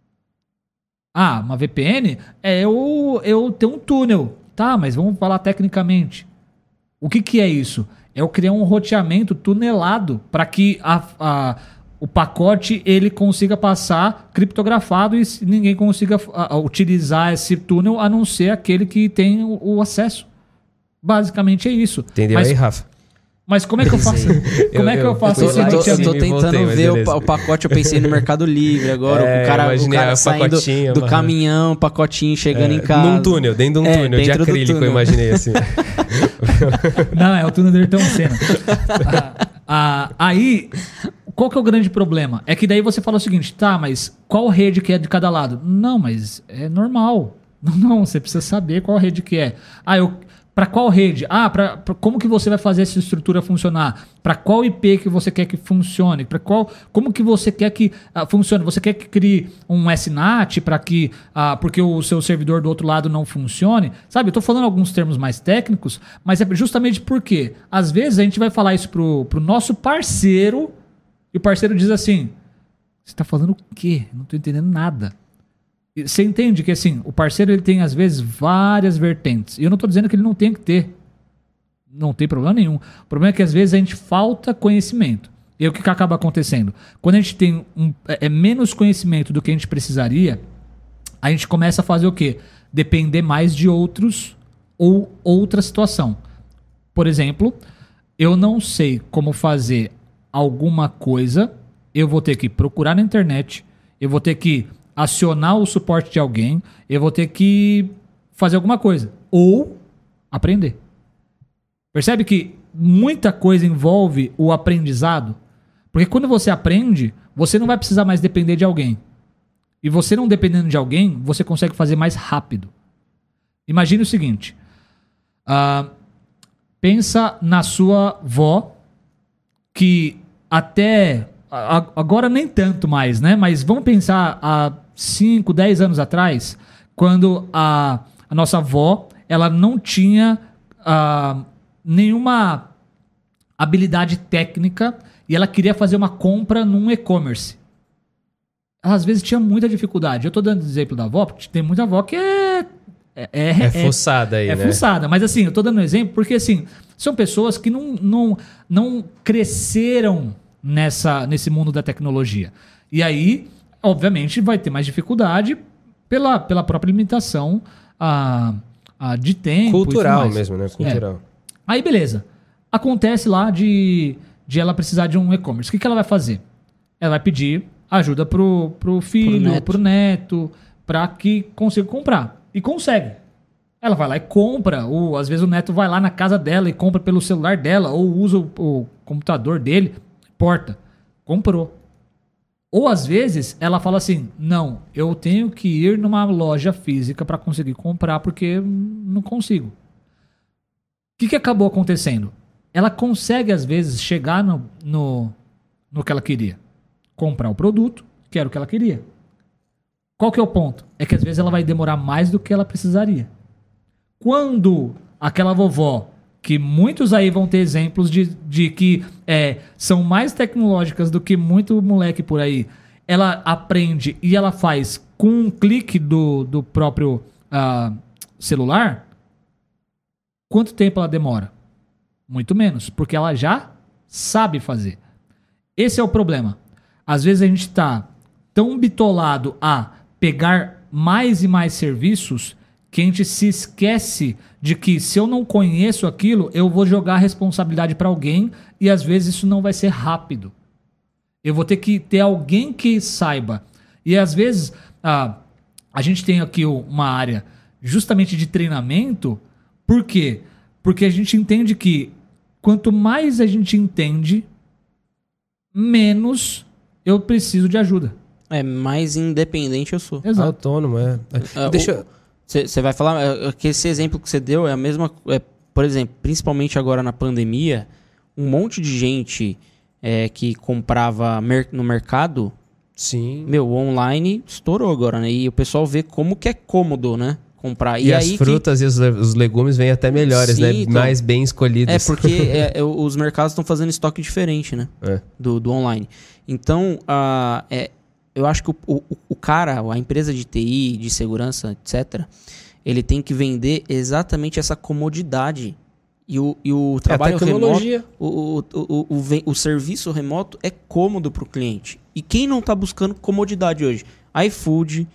[SPEAKER 3] Ah, uma V P N é eu, eu ter um túnel. Tá, mas vamos falar tecnicamente. O que, que é isso? É eu criar um roteamento tunelado para que a, a- o pacote ele consiga passar criptografado e se ninguém consiga a- a utilizar esse túnel a não ser aquele que tem o, o acesso. Basicamente é isso.
[SPEAKER 2] Entendeu
[SPEAKER 3] mas,
[SPEAKER 2] aí, Rafa?
[SPEAKER 3] mas como é que eu faço? Como é que eu,
[SPEAKER 2] Eu-
[SPEAKER 3] faço
[SPEAKER 2] eu
[SPEAKER 3] esse
[SPEAKER 1] Eu tô, eu
[SPEAKER 3] roteamento?
[SPEAKER 1] tô
[SPEAKER 2] Me
[SPEAKER 1] tentando
[SPEAKER 2] voltei, mas
[SPEAKER 1] ver o,
[SPEAKER 2] beleza.
[SPEAKER 1] pa- o pacote, eu pensei no Mercado Livre agora,
[SPEAKER 2] É,
[SPEAKER 1] o cara, o
[SPEAKER 2] imaginei
[SPEAKER 1] cara
[SPEAKER 2] o
[SPEAKER 1] saindo
[SPEAKER 2] pacotinho,
[SPEAKER 1] do
[SPEAKER 2] mano.
[SPEAKER 1] caminhão, o pacotinho chegando em casa.
[SPEAKER 2] Num túnel, dentro de um
[SPEAKER 1] É,
[SPEAKER 2] túnel de
[SPEAKER 1] dentro do
[SPEAKER 2] acrílico, eu
[SPEAKER 1] túnel.
[SPEAKER 2] imaginei assim.
[SPEAKER 3] Não, é o túnel do Ayrton Senna. Ah, ah, aí, qual que é o grande problema? É que daí você fala o seguinte, tá, mas qual rede que é de cada lado? Não, mas é normal. Não, não, você precisa saber qual rede que é. Ah, eu... Para qual rede? Ah, pra, pra- como que você vai fazer essa estrutura funcionar? Para qual I P que você quer que funcione? Para qual, como que você quer que ah, funcione? Você quer que crie um S NAT para que, ah, porque o seu servidor do outro lado não funcione? Sabe? Eu tô falando alguns termos mais técnicos, mas é justamente porque às vezes a gente vai falar isso pro, pro nosso parceiro e o parceiro diz assim: você tá falando o quê? Eu não tô entendendo nada. E você entende que assim, o parceiro ele tem às vezes várias vertentes. E eu não estou dizendo que ele não tem que ter. Não tem problema nenhum. O problema é que às vezes a gente falta conhecimento. E o que, que acaba acontecendo? Quando a gente tem um, é, é menos conhecimento do que a gente precisaria, a gente começa a fazer o quê? Depender mais de outros ou outra situação. Por exemplo, eu não sei como fazer alguma coisa, eu vou ter que procurar na internet, eu vou ter que acionar o suporte de alguém, eu vou ter que fazer alguma coisa. Ou aprender. Percebe que muita coisa envolve o aprendizado. Porque quando você aprende, você não vai precisar mais depender de alguém. E você não dependendo de alguém, você consegue fazer mais rápido. Imagine o seguinte. Uh, pensa na sua vó, que até... A, agora nem tanto mais, né? Mas vamos pensar há cinco, dez anos atrás, quando a, a nossa avó, ela não tinha uh, nenhuma habilidade técnica e ela queria fazer uma compra num e-commerce. Ela às vezes tinha muita dificuldade. Eu tô dando exemplo da avó, porque tem muita avó que é... É, é,
[SPEAKER 2] é fuçada aí,
[SPEAKER 3] é,
[SPEAKER 2] né?
[SPEAKER 3] É fuçada. Mas assim, eu tô dando um exemplo porque assim, são pessoas que não, não, não cresceram nessa, nesse mundo da tecnologia. E aí, obviamente, vai ter mais dificuldade pela, pela própria limitação a, a de tempo.
[SPEAKER 2] Cultural mesmo, né? Cultural.
[SPEAKER 3] É. Aí, beleza. Acontece lá de, de ela precisar de um e-commerce. O que, que ela vai fazer? Ela vai pedir ajuda pro, pro filho, pro neto, pro neto para que consiga comprar. E consegue. Ela vai lá e compra. Ou às vezes o neto vai lá na casa dela e compra pelo celular dela. Ou usa o, o computador dele. Não importa. Comprou. Ou às vezes ela fala assim, não, eu tenho que ir numa loja física para conseguir comprar porque não consigo. O que, que acabou acontecendo? Ela consegue às vezes chegar no, no, no que ela queria. Comprar o produto, que era o que ela queria. Qual que é o ponto? É que às vezes ela vai demorar mais do que ela precisaria. Quando aquela vovó, que muitos aí vão ter exemplos de, de que é, são mais tecnológicas do que muito moleque por aí, ela aprende e ela faz com um clique do, do próprio uh, celular, quanto tempo ela demora? Muito menos, porque ela já sabe fazer. Esse é o problema. Às vezes a gente está tão bitolado a pegar mais e mais serviços que a gente se esquece de que se eu não conheço aquilo, eu vou jogar a responsabilidade para alguém e às vezes isso não vai ser rápido. Eu vou ter que ter alguém que saiba. E às vezes ah, a gente tem aqui uma área justamente de treinamento. Por quê? Porque a gente entende que quanto mais a gente entende, menos eu preciso de ajuda.
[SPEAKER 1] É, mais independente eu sou.
[SPEAKER 2] Exato. Autônomo, é.
[SPEAKER 1] é
[SPEAKER 2] Deixa eu...
[SPEAKER 1] Você vai falar é, que esse exemplo que você deu é a mesma... É, por exemplo, principalmente agora na pandemia, um monte de gente é, que comprava mer- no mercado...
[SPEAKER 2] Sim.
[SPEAKER 1] Meu, o online estourou agora, né? E o pessoal vê como que é cômodo, né? Comprar.
[SPEAKER 2] E,
[SPEAKER 1] e
[SPEAKER 2] as
[SPEAKER 1] aí
[SPEAKER 2] frutas que... e os, le- os legumes vêm até melhores, Sim, né? Então... Mais bem escolhidos.
[SPEAKER 1] É, porque é, é, os mercados estão fazendo estoque diferente, né?
[SPEAKER 2] É.
[SPEAKER 1] Do, do online. Então, uh, é... eu acho que o, o, o cara, a empresa de T I, de segurança, etcétera, ele tem que vender exatamente essa comodidade. E o, e o trabalho
[SPEAKER 2] é
[SPEAKER 1] remoto, o, o, o, o, o, o serviço remoto é cômodo para o cliente. E quem não está buscando comodidade hoje? iFood,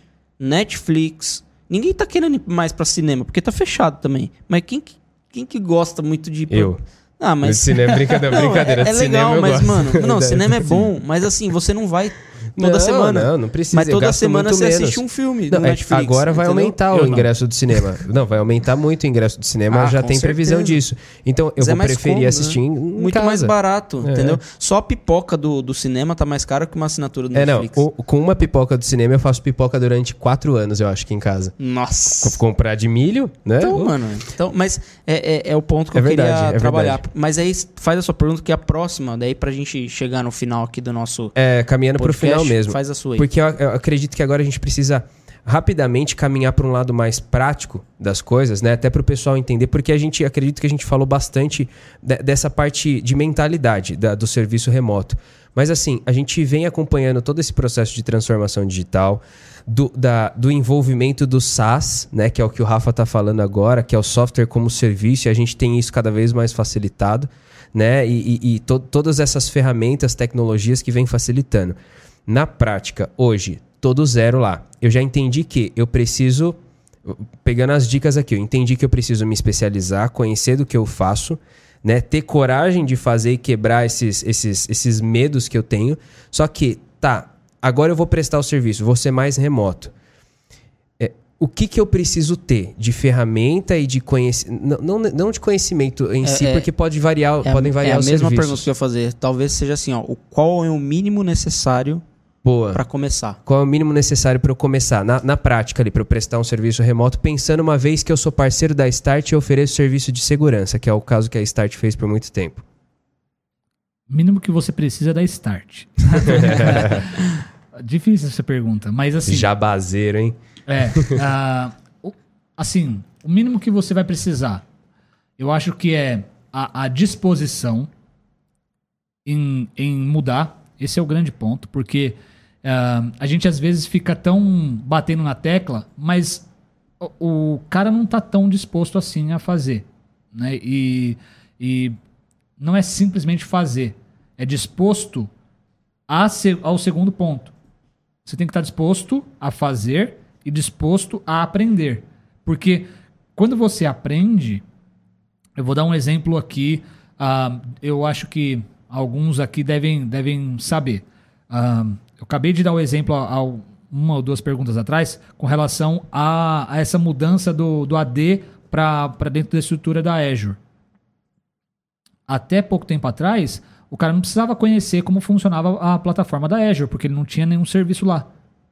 [SPEAKER 1] Netflix, ninguém está querendo ir mais para cinema, porque está fechado também. Mas quem, quem que gosta muito de...
[SPEAKER 2] Eu.
[SPEAKER 1] Ah, mas...
[SPEAKER 2] Cinema, brincadeira,
[SPEAKER 1] não,
[SPEAKER 2] brincadeira.
[SPEAKER 1] É, é legal,
[SPEAKER 2] cinema,
[SPEAKER 1] mas, mano, não,
[SPEAKER 2] é,
[SPEAKER 1] cinema é bom, mas assim, você não vai toda
[SPEAKER 2] não,
[SPEAKER 1] semana.
[SPEAKER 2] Não, não precisa.
[SPEAKER 1] Mas toda semana você
[SPEAKER 2] menos.
[SPEAKER 1] assiste um filme
[SPEAKER 2] não,
[SPEAKER 1] no
[SPEAKER 2] é,
[SPEAKER 1] Netflix.
[SPEAKER 2] Agora vai
[SPEAKER 1] entendeu?
[SPEAKER 2] aumentar
[SPEAKER 1] eu
[SPEAKER 2] o
[SPEAKER 1] não.
[SPEAKER 2] ingresso do cinema. Não, vai aumentar muito o ingresso do cinema,
[SPEAKER 1] Ah,
[SPEAKER 2] já
[SPEAKER 1] com
[SPEAKER 2] tem previsão
[SPEAKER 1] certeza.
[SPEAKER 2] disso. Então, eu
[SPEAKER 1] Mas
[SPEAKER 2] vou
[SPEAKER 1] é mais
[SPEAKER 2] preferir
[SPEAKER 1] cômodo,
[SPEAKER 2] assistir
[SPEAKER 1] né?
[SPEAKER 2] em
[SPEAKER 1] Muito
[SPEAKER 2] casa.
[SPEAKER 1] mais barato,
[SPEAKER 2] É.
[SPEAKER 1] entendeu? Só a pipoca do, do cinema tá mais cara que uma assinatura do
[SPEAKER 2] É, não.
[SPEAKER 1] Netflix.
[SPEAKER 2] O, com uma pipoca do cinema, eu faço pipoca durante quatro anos, eu acho, aqui em casa.
[SPEAKER 1] Nossa.
[SPEAKER 2] Comprar de milho, né?
[SPEAKER 1] Então, mano, então, mas é, é, é o ponto que
[SPEAKER 2] É
[SPEAKER 1] eu
[SPEAKER 2] verdade,
[SPEAKER 1] queria
[SPEAKER 2] é
[SPEAKER 1] trabalhar.
[SPEAKER 2] verdade.
[SPEAKER 1] Mas aí faz a sua pergunta, que é a próxima, daí pra gente chegar no final aqui do nosso
[SPEAKER 2] É, caminhando
[SPEAKER 1] podcast,
[SPEAKER 2] pro final mesmo.
[SPEAKER 1] faz a sua aí.
[SPEAKER 2] Porque eu, eu acredito que agora a gente precisa rapidamente caminhar para um lado mais prático das coisas, né? Até para o pessoal entender, porque a gente acredito que a gente falou bastante de, dessa parte de mentalidade da, do serviço remoto. Mas assim, a gente vem acompanhando todo esse processo de transformação digital, do, da, do envolvimento do SaaS, né? Que é o que o Rafa está falando agora, que é o software como serviço, e a gente tem isso cada vez mais facilitado, né? E, e, e to, todas essas ferramentas, tecnologias que vêm facilitando. Na prática, hoje, todo zero lá. Eu já entendi que eu preciso, pegando as dicas aqui, eu entendi que eu preciso me especializar, conhecer do que eu faço, né? Ter coragem de fazer e quebrar esses, esses, esses medos que eu tenho. Só que, tá, agora eu vou prestar o serviço, vou ser mais remoto. É, o que, que eu preciso ter de ferramenta e de conhecimento, não, não, não de conhecimento em
[SPEAKER 1] É,
[SPEAKER 2] si,
[SPEAKER 1] é,
[SPEAKER 2] porque pode variar,
[SPEAKER 1] É,
[SPEAKER 2] podem
[SPEAKER 1] a-
[SPEAKER 2] variar
[SPEAKER 1] é a
[SPEAKER 2] os
[SPEAKER 1] mesma
[SPEAKER 2] serviços.
[SPEAKER 1] pergunta que eu ia fazer. Talvez seja assim, ó, o qual é o mínimo necessário
[SPEAKER 2] Boa.
[SPEAKER 1] para começar?
[SPEAKER 2] Qual é o mínimo necessário para eu começar? Na, na prática ali, para eu prestar um serviço remoto, pensando uma vez que eu sou parceiro da Start e ofereço serviço de segurança, que é o caso que a Start fez por muito tempo.
[SPEAKER 3] Mínimo que você precisa é da Start. Difícil essa pergunta, mas assim...
[SPEAKER 2] Jabazeiro, hein?
[SPEAKER 3] É, ah, o- assim, o mínimo que você vai precisar, eu acho que é a, a disposição em, em mudar. Esse é o grande ponto, porque ah, a gente às vezes fica tão batendo na tecla, mas o, o cara não tá tão disposto assim a fazer, né? E, e não é simplesmente fazer, é disposto a se- ao segundo ponto. Você tem que estar disposto a fazer e disposto a aprender. Porque quando você aprende, eu vou dar um exemplo aqui, ah, eu acho que alguns aqui devem, devem saber. Ah, eu acabei de dar o exemplo há há uma ou duas perguntas atrás com relação a, a essa mudança do, do A D para dentro da estrutura da Azure. Até pouco tempo atrás, o cara não precisava conhecer como funcionava a plataforma da Azure, porque ele não tinha nenhum serviço lá.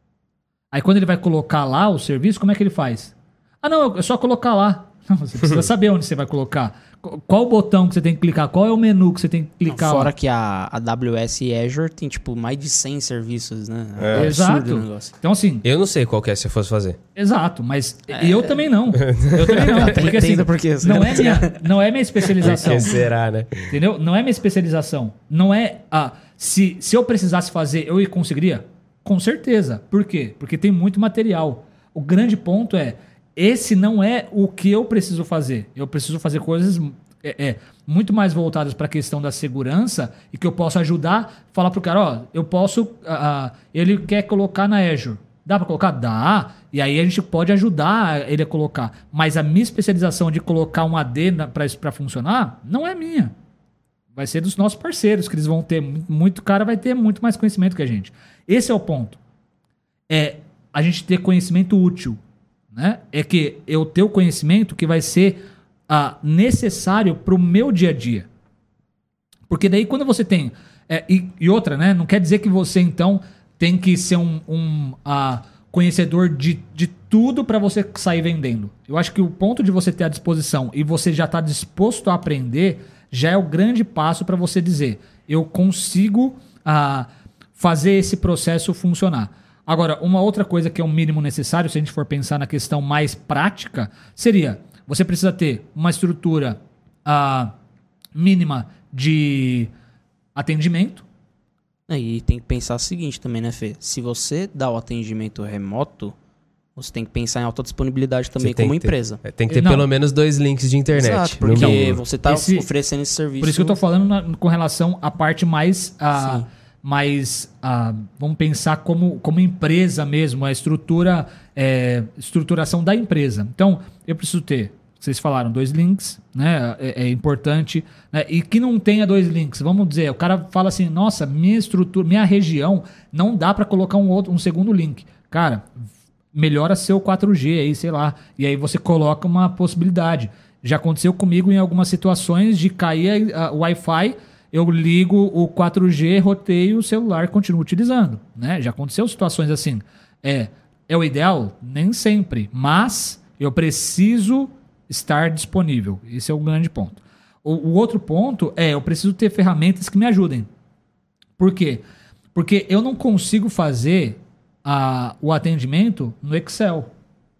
[SPEAKER 3] Aí quando ele vai colocar lá o serviço, como é que ele faz? Ah, não, é só colocar lá. Não, você precisa saber onde você vai colocar. Qu- Qual o botão que você tem que clicar? Qual é o menu que você tem que clicar
[SPEAKER 1] Fora
[SPEAKER 3] lá?
[SPEAKER 1] que a, a A W S e Azure tem, tipo, mais de cem serviços, né?
[SPEAKER 2] É.
[SPEAKER 1] absurdo
[SPEAKER 3] Exato.
[SPEAKER 1] o negócio.
[SPEAKER 3] Então, assim,
[SPEAKER 2] Eu não sei qual que é se eu fosse fazer.
[SPEAKER 3] exato, mas eu também não. Eu também não.
[SPEAKER 1] Até
[SPEAKER 3] Porque, assim,
[SPEAKER 1] entendo por quê.
[SPEAKER 3] não, é minha, não é minha especialização.
[SPEAKER 2] Por que será, né?
[SPEAKER 3] Entendeu? Não é minha especialização. Não é. Ah, se, se eu precisasse fazer, eu conseguiria? Com certeza. Por quê? Porque tem muito material. O grande ponto é: esse não é o que eu preciso fazer. Eu preciso fazer coisas é, é, muito mais voltadas para a questão da segurança e que eu posso ajudar, falar pro cara: ó, eu posso. Ah, ele quer colocar na Azure. Dá para colocar? Dá. E aí a gente pode ajudar ele a colocar. Mas a minha especialização de colocar um A D para isso para funcionar não é minha. Vai ser dos nossos parceiros, que eles vão ter muito, cara vai ter muito mais conhecimento que a gente. Esse é o ponto. É a gente ter conhecimento útil, né? É que eu ter o conhecimento que vai ser ah, necessário para o meu dia a dia. Porque daí quando você tem... é, e, e outra, né? Não quer dizer que você, então, tem que ser um, um ah, conhecedor de, de tudo para você sair vendendo. Eu acho que o ponto de você ter a disposição e você já estar disposto a aprender já é o grande passo para você dizer: eu consigo ah, fazer esse processo funcionar. Agora, uma outra coisa que é o mínimo necessário, se a gente for pensar na questão mais prática, seria: você precisa ter uma estrutura ah, mínima de atendimento.
[SPEAKER 1] E tem que pensar o seguinte também, né, Fê? Se você dá o atendimento remoto, você tem que pensar em alta disponibilidade também
[SPEAKER 2] Você tem
[SPEAKER 1] como
[SPEAKER 2] que ter-
[SPEAKER 1] empresa.
[SPEAKER 2] é, Tem que ter
[SPEAKER 3] Não.
[SPEAKER 2] pelo menos dois links de internet.
[SPEAKER 1] Exato,
[SPEAKER 2] no
[SPEAKER 1] porque
[SPEAKER 2] mínimo.
[SPEAKER 1] você está
[SPEAKER 3] Esse-
[SPEAKER 1] oferecendo esse serviço.
[SPEAKER 3] Por isso que eu tô falando na- com relação à parte mais... ah,
[SPEAKER 1] Sim.
[SPEAKER 3] mais ah, vamos pensar como, como empresa mesmo, a estrutura, é, estruturação da empresa. Então, eu preciso ter, vocês falaram, dois links, né? É, é importante. Né? E que não tenha dois links, vamos dizer, o cara fala assim: nossa, minha estrutura, minha região, não dá para colocar um outro, um segundo link. Cara, melhora seu quatro G aí, sei lá. E aí você coloca uma possibilidade. Já aconteceu comigo em algumas situações de cair a- o Wi-Fi, eu ligo o quatro G, roteio o celular e continuo utilizando. Né? Já aconteceu situações assim. É, é o ideal? Nem sempre. Mas eu preciso estar disponível. Esse é o grande ponto. O, o outro ponto é: eu preciso ter ferramentas que me ajudem. Por quê? Porque eu não consigo fazer a, o atendimento no Excel.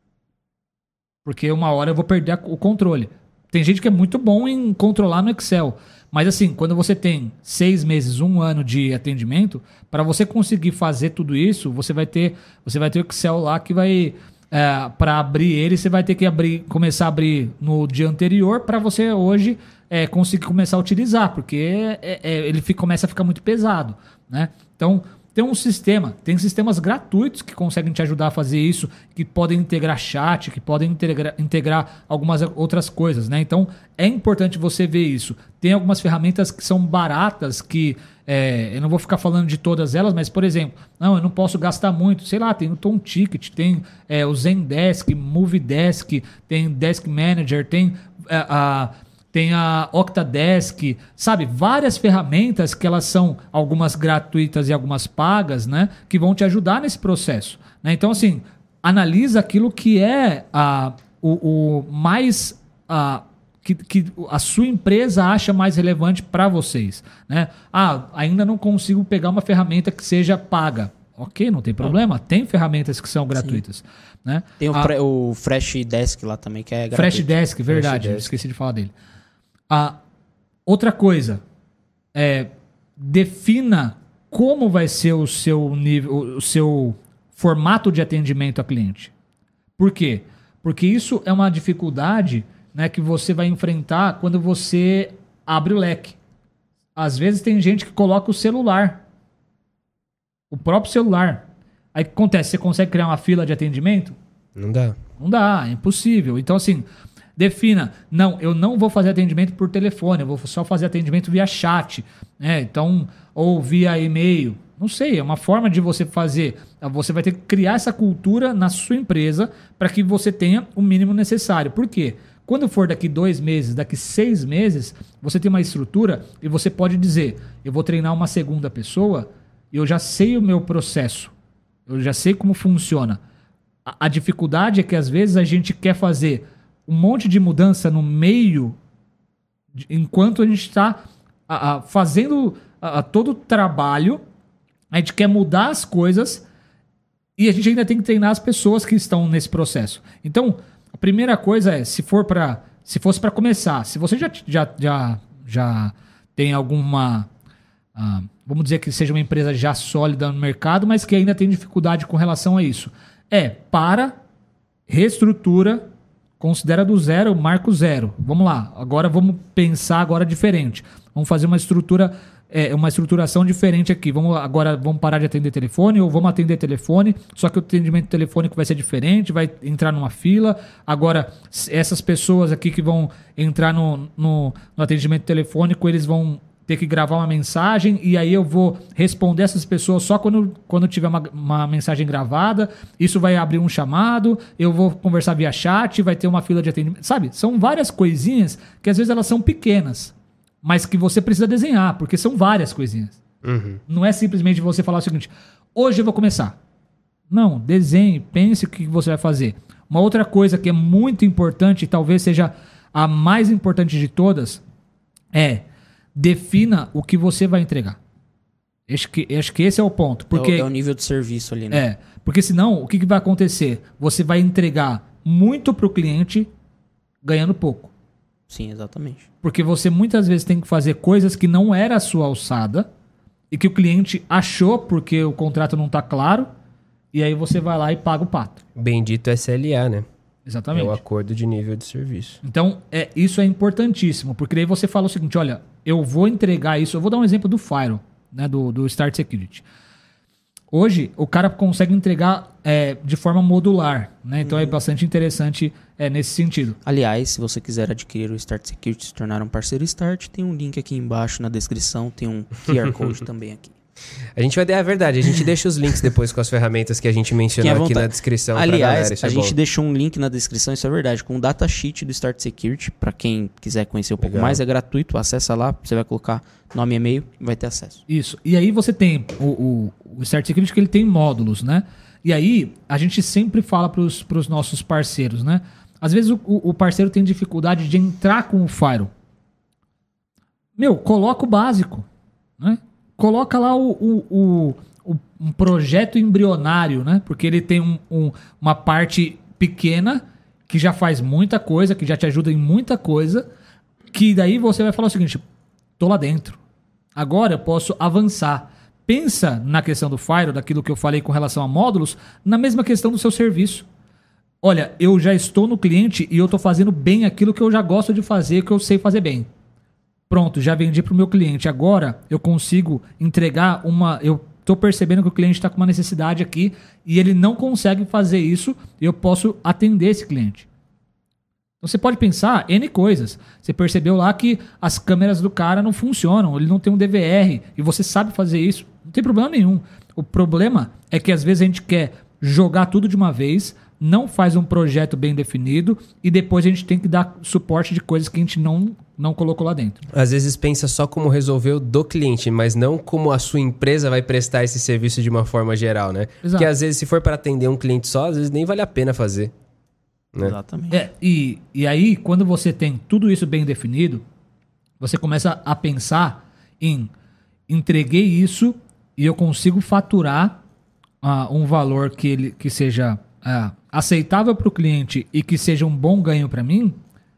[SPEAKER 3] Porque uma hora eu vou perder a- o controle. Tem gente que é muito bom em controlar no Excel. Mas assim, quando você tem seis meses, um ano de atendimento, para você conseguir fazer tudo isso, você vai ter, você vai ter o Excel lá que vai... É, para abrir ele, você vai ter que abrir, começar a abrir no dia anterior para você hoje é, conseguir começar a utilizar, porque é, é, ele fica, começa a ficar muito pesado. Né? Então, Tem um sistema, tem sistemas gratuitos que conseguem te ajudar a fazer isso, que podem integrar chat, que podem integrar, integrar algumas outras coisas, né? Então, é importante você ver isso. Tem algumas ferramentas que são baratas, que é, eu não vou ficar falando de todas elas, mas, por exemplo, não, eu não posso gastar muito. Sei lá, tem o Tom Ticket, tem é, o Zendesk, Movidesk, tem Desk Manager, tem é, a... Tem a Octadesk, sabe? Várias ferramentas que elas são algumas gratuitas e algumas pagas, né? Que vão te ajudar nesse processo, né? Então, assim, analisa aquilo que é a, o, o mais... A, que, que a sua empresa acha mais relevante para vocês, né? Ah, ainda não consigo pegar uma ferramenta que seja paga. Ok, não tem problema. Tem ferramentas que são gratuitas, né?
[SPEAKER 1] Tem o,
[SPEAKER 3] a,
[SPEAKER 1] Fre- o Freshdesk lá também, que é gratuito.
[SPEAKER 3] Freshdesk, verdade.
[SPEAKER 2] Freshdesk.
[SPEAKER 3] Esqueci de falar dele. A outra coisa é defina como vai ser o seu nível, o seu formato de atendimento a cliente. Por quê? Porque isso é uma dificuldade, né, que você vai enfrentar quando você abre o leque. Às vezes tem gente que coloca o celular, o próprio celular. Aí o que acontece? Você consegue criar uma fila de atendimento?
[SPEAKER 2] Não dá.
[SPEAKER 3] Não dá, é impossível. Então, assim, defina, não, eu não vou fazer atendimento por telefone, eu vou só fazer atendimento via chat, né? Então, ou via e-mail, não sei, é uma forma de você fazer, você vai ter que criar essa cultura na sua empresa para que você tenha o mínimo necessário. Por quê? Quando for daqui dois meses, daqui seis meses, você tem uma estrutura e você pode dizer, eu vou treinar uma segunda pessoa e eu já sei o meu processo, eu já sei como funciona. A, a dificuldade é que às vezes a gente quer fazer um monte de mudança no meio, de, enquanto a gente está fazendo a, a, todo o trabalho, a gente quer mudar as coisas e a gente ainda tem que treinar as pessoas que estão nesse processo. Então, a primeira coisa é, se for para, se fosse para começar, se você já, já, já, já tem alguma, ah, vamos dizer que seja uma empresa já sólida no mercado, mas que ainda tem dificuldade com relação a isso, é para, reestrutura, considera do zero, marco zero. Vamos lá, agora vamos pensar agora diferente. Vamos fazer uma estrutura, é, uma estruturação diferente aqui. Vamos, agora vamos parar de atender telefone ou vamos atender telefone, só que o atendimento telefônico vai ser diferente, vai entrar numa fila. Agora, essas pessoas aqui que vão entrar no, no, no atendimento telefônico, eles vão ter que gravar uma mensagem e aí eu vou responder essas pessoas só quando, quando tiver uma, uma mensagem gravada. Isso vai abrir um chamado, eu vou conversar via chat, vai ter uma fila de atendimento. Sabe? São várias coisinhas que às vezes elas são pequenas, mas que você precisa desenhar, porque são várias coisinhas.
[SPEAKER 2] Uhum.
[SPEAKER 3] Não é simplesmente você falar o seguinte, hoje eu vou começar. Não, desenhe, pense o que você vai fazer. Uma outra coisa que é muito importante, e talvez seja a mais importante de todas, é defina o que você vai entregar. Acho que, acho que esse é o ponto. Porque,
[SPEAKER 1] é, o, é o nível de serviço ali, né?
[SPEAKER 3] É, porque senão, o que, que vai acontecer? Você vai entregar muito para o cliente, ganhando pouco.
[SPEAKER 1] Sim, exatamente.
[SPEAKER 3] Porque você muitas vezes tem que fazer coisas que não era a sua alçada e que o cliente achou porque o contrato não está claro, e aí você vai lá e paga o pato.
[SPEAKER 2] Bendito S L A, né?
[SPEAKER 3] Exatamente.
[SPEAKER 2] É o acordo de nível de serviço.
[SPEAKER 3] Então, é, isso é importantíssimo, porque daí você fala o seguinte, olha, eu vou entregar isso, eu vou dar um exemplo do Firewall, né, do, do Start Security. Hoje, o cara consegue entregar é, de forma modular, né? Então, uhum. é bastante interessante é, nesse sentido.
[SPEAKER 1] Aliás, se você quiser adquirir o Start Security, se tornar um parceiro Start, tem um link aqui embaixo na descrição, tem um Q R Code também aqui.
[SPEAKER 2] A gente vai dar a verdade, a gente deixa os links depois com as ferramentas que a gente mencionou aqui na descrição.
[SPEAKER 1] Aliás,
[SPEAKER 2] pra galera,
[SPEAKER 1] a
[SPEAKER 2] é
[SPEAKER 1] gente
[SPEAKER 2] bom.
[SPEAKER 1] deixou um link na descrição, isso é verdade, com o datasheet do Start Security, para quem quiser conhecer um pouco
[SPEAKER 2] Legal.
[SPEAKER 1] mais, é gratuito, acessa lá, você vai colocar nome e e-mail e vai ter acesso.
[SPEAKER 3] Isso, e aí você tem o, o, o Start Security, que ele tem módulos, né? E aí, a gente sempre fala para os nossos parceiros, né? Às vezes o, o parceiro tem dificuldade de entrar com o Firewall. Meu, coloca o básico, né? Coloca lá o, o, o, o, um projeto embrionário, né? Porque ele tem um, um, uma parte pequena que já faz muita coisa, que já te ajuda em muita coisa, que daí você vai falar o seguinte, tô lá dentro. Agora eu posso avançar. Pensa na questão do Firewall, daquilo que eu falei com relação a módulos, na mesma questão do seu serviço. Olha, eu já estou no cliente e eu estou fazendo bem aquilo que eu já gosto de fazer, que eu sei fazer bem. Pronto, já vendi para o meu cliente. Agora eu consigo entregar uma... Eu tô percebendo que o cliente está com uma necessidade aqui e ele não consegue fazer isso e eu posso atender esse cliente. Então você pode pensar N coisas. Você percebeu lá que as câmeras do cara não funcionam, ele não tem um D V R e você sabe fazer isso. Não tem problema nenhum. O problema é que às vezes a gente quer jogar tudo de uma vez, não faz um projeto bem definido e depois a gente tem que dar suporte de coisas que a gente não, não colocou lá dentro.
[SPEAKER 2] Às vezes pensa só como resolver o do cliente, mas não como a sua empresa vai prestar esse serviço de uma forma geral, né?
[SPEAKER 3] Exato.
[SPEAKER 2] Porque às vezes se for para atender um cliente só, às vezes nem vale a pena fazer. Né?
[SPEAKER 1] Exatamente.
[SPEAKER 3] É, e, e aí, quando você tem tudo isso bem definido, você começa a pensar em entreguei isso e eu consigo faturar uh, um valor que, ele, que seja uh, aceitável para o cliente e que seja um bom ganho para mim.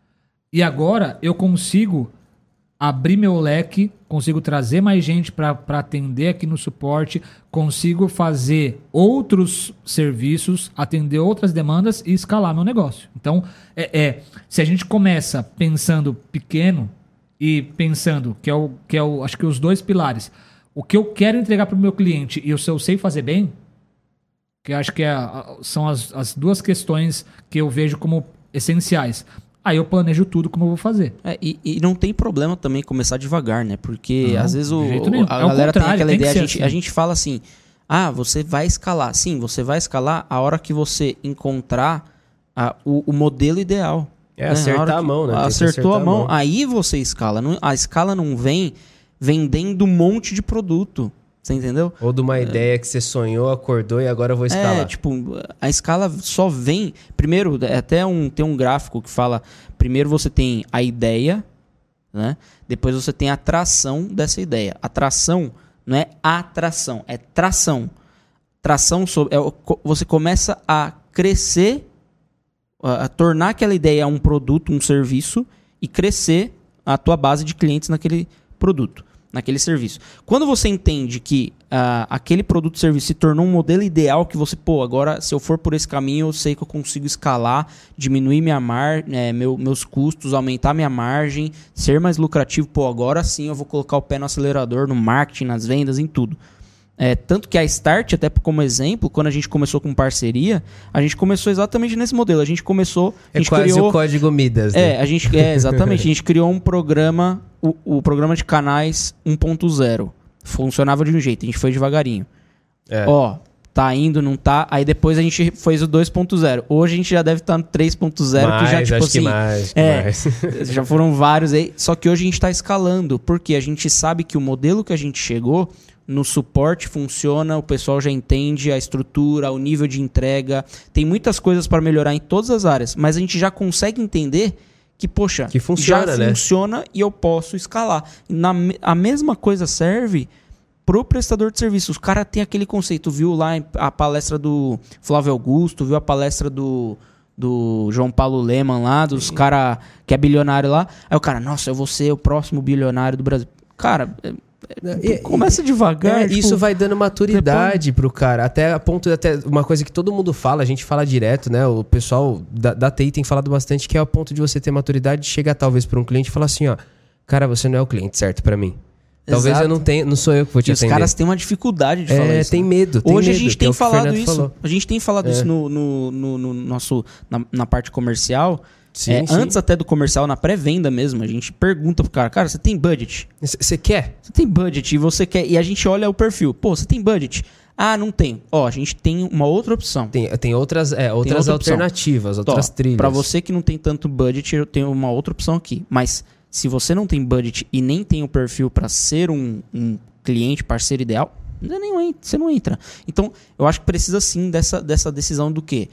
[SPEAKER 3] E agora eu consigo abrir meu leque, consigo trazer mais gente para atender aqui no suporte, consigo fazer outros serviços, atender outras demandas e escalar meu negócio. Então, é, é, se a gente começa pensando pequeno e pensando, que é, o, que é o, acho que os dois pilares, o que eu quero entregar para o meu cliente e o se eu sei fazer bem, que eu acho que é, são as, as duas questões que eu vejo como essenciais. Aí eu planejo tudo como eu vou fazer.
[SPEAKER 1] É, e, e não tem problema também começar devagar, né? Porque
[SPEAKER 3] Não,
[SPEAKER 1] às vezes o,
[SPEAKER 3] de jeito
[SPEAKER 1] o-
[SPEAKER 3] nenhum.
[SPEAKER 1] a
[SPEAKER 3] É o
[SPEAKER 1] galera tem
[SPEAKER 3] contrário,
[SPEAKER 1] aquela
[SPEAKER 3] tem que
[SPEAKER 1] ideia, a
[SPEAKER 3] ser
[SPEAKER 1] gente,
[SPEAKER 3] assim.
[SPEAKER 1] a gente fala assim, ah, você vai escalar. Sim, você vai escalar a hora que você encontrar a- o, o modelo ideal.
[SPEAKER 2] É,
[SPEAKER 1] né?
[SPEAKER 2] acertar
[SPEAKER 1] hora
[SPEAKER 2] a
[SPEAKER 1] que-
[SPEAKER 2] mão, né? Tem que
[SPEAKER 1] Acertou
[SPEAKER 2] acertar
[SPEAKER 1] a mão, aí você escala. Não- a escala não vem vendendo um monte de produto. Você entendeu?
[SPEAKER 2] Ou de uma ideia que você sonhou, acordou e agora eu vou escalar.
[SPEAKER 1] É, tipo, a escala só vem... Primeiro, é até um, tem um gráfico que fala... Primeiro você tem a ideia, né? Depois você tem a tração dessa ideia. A tração não é atração, é tração. Tração sobre... É, o- co- você começa a crescer, a, a tornar aquela ideia um produto, um serviço, e crescer a tua base de clientes naquele produto, naquele serviço. Quando você entende que ah, aquele produto ou serviço se tornou um modelo ideal que você, pô, agora se eu for por esse caminho eu sei que eu consigo escalar, diminuir minha mar, é, meu, meus custos, aumentar minha margem, ser mais lucrativo, pô, agora sim eu vou colocar o pé no acelerador, no marketing, nas vendas, em tudo. É, tanto que a Start, até como exemplo, quando a gente começou com parceria, a gente começou exatamente nesse modelo. A gente começou... A
[SPEAKER 2] É
[SPEAKER 1] gente
[SPEAKER 2] quase
[SPEAKER 1] criou,
[SPEAKER 2] o código Midas, né?
[SPEAKER 1] é, a gente, é, exatamente. A gente criou um programa, o, o programa de canais um ponto zero. Funcionava de um jeito, a gente foi devagarinho.
[SPEAKER 2] É.
[SPEAKER 1] Ó, tá indo, não tá. Aí depois a gente fez o dois ponto zero. Hoje a gente já deve estar no três ponto zero, que já,
[SPEAKER 2] Mais,
[SPEAKER 1] tipo
[SPEAKER 2] acho
[SPEAKER 1] assim...
[SPEAKER 2] que mais,
[SPEAKER 1] é,
[SPEAKER 2] mais.
[SPEAKER 1] já foram vários aí. Só que hoje a gente está escalando, porque a gente sabe que o modelo que a gente chegou... No suporte funciona, o pessoal já entende a estrutura, o nível de entrega. Tem muitas coisas para melhorar em todas as áreas, mas a gente já consegue entender que, poxa,
[SPEAKER 2] Que funciona,
[SPEAKER 1] já
[SPEAKER 2] né?
[SPEAKER 1] funciona e eu posso escalar. Na, me- a mesma coisa serve pro prestador de serviços. O cara tem aquele conceito, viu lá em- a palestra do Flávio Augusto, viu a palestra do, do João Paulo Leman lá, dos cara que é bilionário lá. Aí o cara, nossa, eu vou ser o próximo bilionário do Brasil. Cara... é-
[SPEAKER 2] E-
[SPEAKER 1] Começa devagar.
[SPEAKER 2] É,
[SPEAKER 1] tipo,
[SPEAKER 2] isso vai dando maturidade pro cara. Até a ponto de até uma coisa que todo mundo fala, a gente fala direto, né? O pessoal da, da T I tem falado bastante, que é o ponto de você ter maturidade de chegar talvez pra um cliente e falar assim, ó, cara, você não é o cliente certo pra mim. Talvez
[SPEAKER 1] Exato.
[SPEAKER 2] eu não tenha, não sou eu que vou te
[SPEAKER 1] E os
[SPEAKER 2] atender.
[SPEAKER 1] caras têm uma dificuldade de
[SPEAKER 2] É,
[SPEAKER 1] falar isso.
[SPEAKER 2] tem
[SPEAKER 1] né?
[SPEAKER 2] medo, tem
[SPEAKER 1] Hoje
[SPEAKER 2] medo,
[SPEAKER 1] a gente
[SPEAKER 2] que é
[SPEAKER 1] tem
[SPEAKER 2] o que o
[SPEAKER 1] falado
[SPEAKER 2] Fernando
[SPEAKER 1] isso.
[SPEAKER 2] falou.
[SPEAKER 1] A gente tem falado
[SPEAKER 2] É.
[SPEAKER 1] isso no, no, no- no nosso, na, na parte comercial.
[SPEAKER 2] Sim,
[SPEAKER 1] É,
[SPEAKER 2] sim.
[SPEAKER 1] antes até do comercial, na pré-venda mesmo, a gente pergunta pro cara, cara, você tem budget?
[SPEAKER 2] Você quer?
[SPEAKER 1] Você tem budget e você quer. E a gente olha o perfil. Pô, você tem budget? Ah, não tenho. Ó, a gente tem uma outra opção.
[SPEAKER 2] Tem, tem outras, é, outras
[SPEAKER 1] outra opção.
[SPEAKER 2] alternativas, outras
[SPEAKER 1] Ó,
[SPEAKER 2] trilhas.
[SPEAKER 1] Pra você que não tem tanto budget, eu tenho uma outra opção aqui. Mas se você não tem budget e nem tem o perfil pra ser um, um cliente, parceiro ideal, você, nem, você não entra. Então, eu acho que precisa sim dessa, dessa decisão do quê?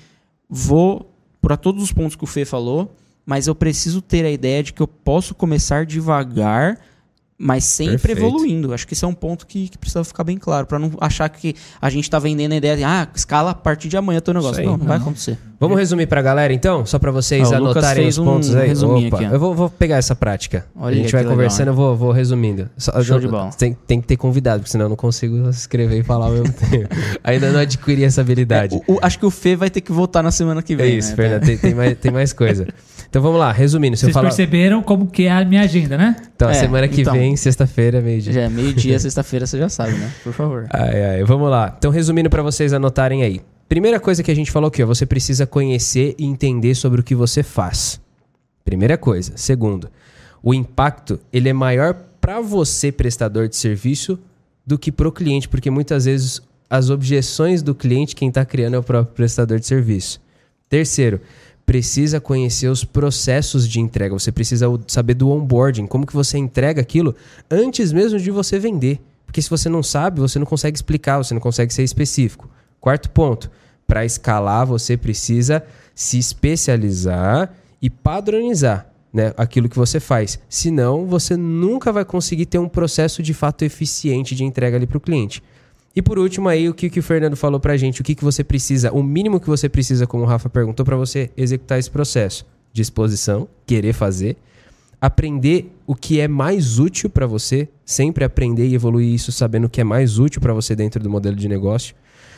[SPEAKER 1] Vou para todos os pontos que o Fê falou, mas eu preciso ter a ideia de que eu posso começar devagar, mas sempre
[SPEAKER 2] Perfeito.
[SPEAKER 1] evoluindo. Acho que esse é um ponto que, que precisa ficar bem claro, para não achar que a gente tá vendendo a ideia de, ah, escala a partir de amanhã teu negócio.
[SPEAKER 2] Isso aí.
[SPEAKER 1] Não, não vai
[SPEAKER 3] Não.
[SPEAKER 1] acontecer.
[SPEAKER 2] Vamos resumir pra galera, então? Só pra vocês
[SPEAKER 1] Ah, o Lucas
[SPEAKER 2] anotarem
[SPEAKER 1] fez
[SPEAKER 2] os pontos
[SPEAKER 1] um
[SPEAKER 2] aí.
[SPEAKER 1] resuminho
[SPEAKER 2] Opa,
[SPEAKER 1] aqui, ó.
[SPEAKER 2] eu vou, vou pegar essa prática.
[SPEAKER 1] Olha
[SPEAKER 2] a gente
[SPEAKER 1] que
[SPEAKER 2] vai
[SPEAKER 1] legal,
[SPEAKER 2] conversando,
[SPEAKER 1] hein?
[SPEAKER 2] eu vou, vou resumindo. Só-
[SPEAKER 1] Show
[SPEAKER 2] eu-
[SPEAKER 1] de bola.
[SPEAKER 2] Tem, tem que ter convidado, porque senão eu não consigo escrever e falar ao mesmo tempo. Ainda não adquiri essa habilidade.
[SPEAKER 1] É, o- o- acho que o Fê vai ter que voltar na semana que
[SPEAKER 2] É
[SPEAKER 1] vem.
[SPEAKER 2] isso,
[SPEAKER 1] né?
[SPEAKER 2] Fernando, tem, tem mais, tem mais coisa. Então vamos lá, resumindo. Se
[SPEAKER 3] Vocês
[SPEAKER 2] eu falar...
[SPEAKER 3] perceberam como que é a minha agenda, né?
[SPEAKER 2] Então, a
[SPEAKER 1] É,
[SPEAKER 2] semana que
[SPEAKER 1] então.
[SPEAKER 2] vem, sexta-feira, meio-dia.
[SPEAKER 1] Já é meio-dia, sexta-feira, você já sabe, né? Por favor.
[SPEAKER 2] Ai, ai, vamos lá. Então, resumindo para vocês anotarem aí. Primeira coisa que a gente falou aqui, ó, você precisa conhecer e entender sobre o que você faz. Primeira coisa. Segundo, o impacto ele é maior para você, prestador de serviço, do que para o cliente, porque muitas vezes as objeções do cliente, quem está criando é o próprio prestador de serviço. Terceiro, precisa conhecer os processos de entrega. Você precisa saber do onboarding, como que você entrega aquilo antes mesmo de você vender. Porque se você não sabe, você não consegue explicar, você não consegue ser específico. Quarto ponto, para escalar você precisa se especializar e padronizar, né, aquilo que você faz. Senão, você nunca vai conseguir ter um processo de fato eficiente de entrega ali para o cliente. E por último aí, o que, que o Fernando falou pra gente, o que, que você precisa, o mínimo que você precisa, como o Rafa perguntou, para você executar esse processo. Disposição, querer fazer, aprender o que é mais útil para você, sempre aprender e evoluir isso sabendo o que é mais útil para você dentro do modelo de negócio.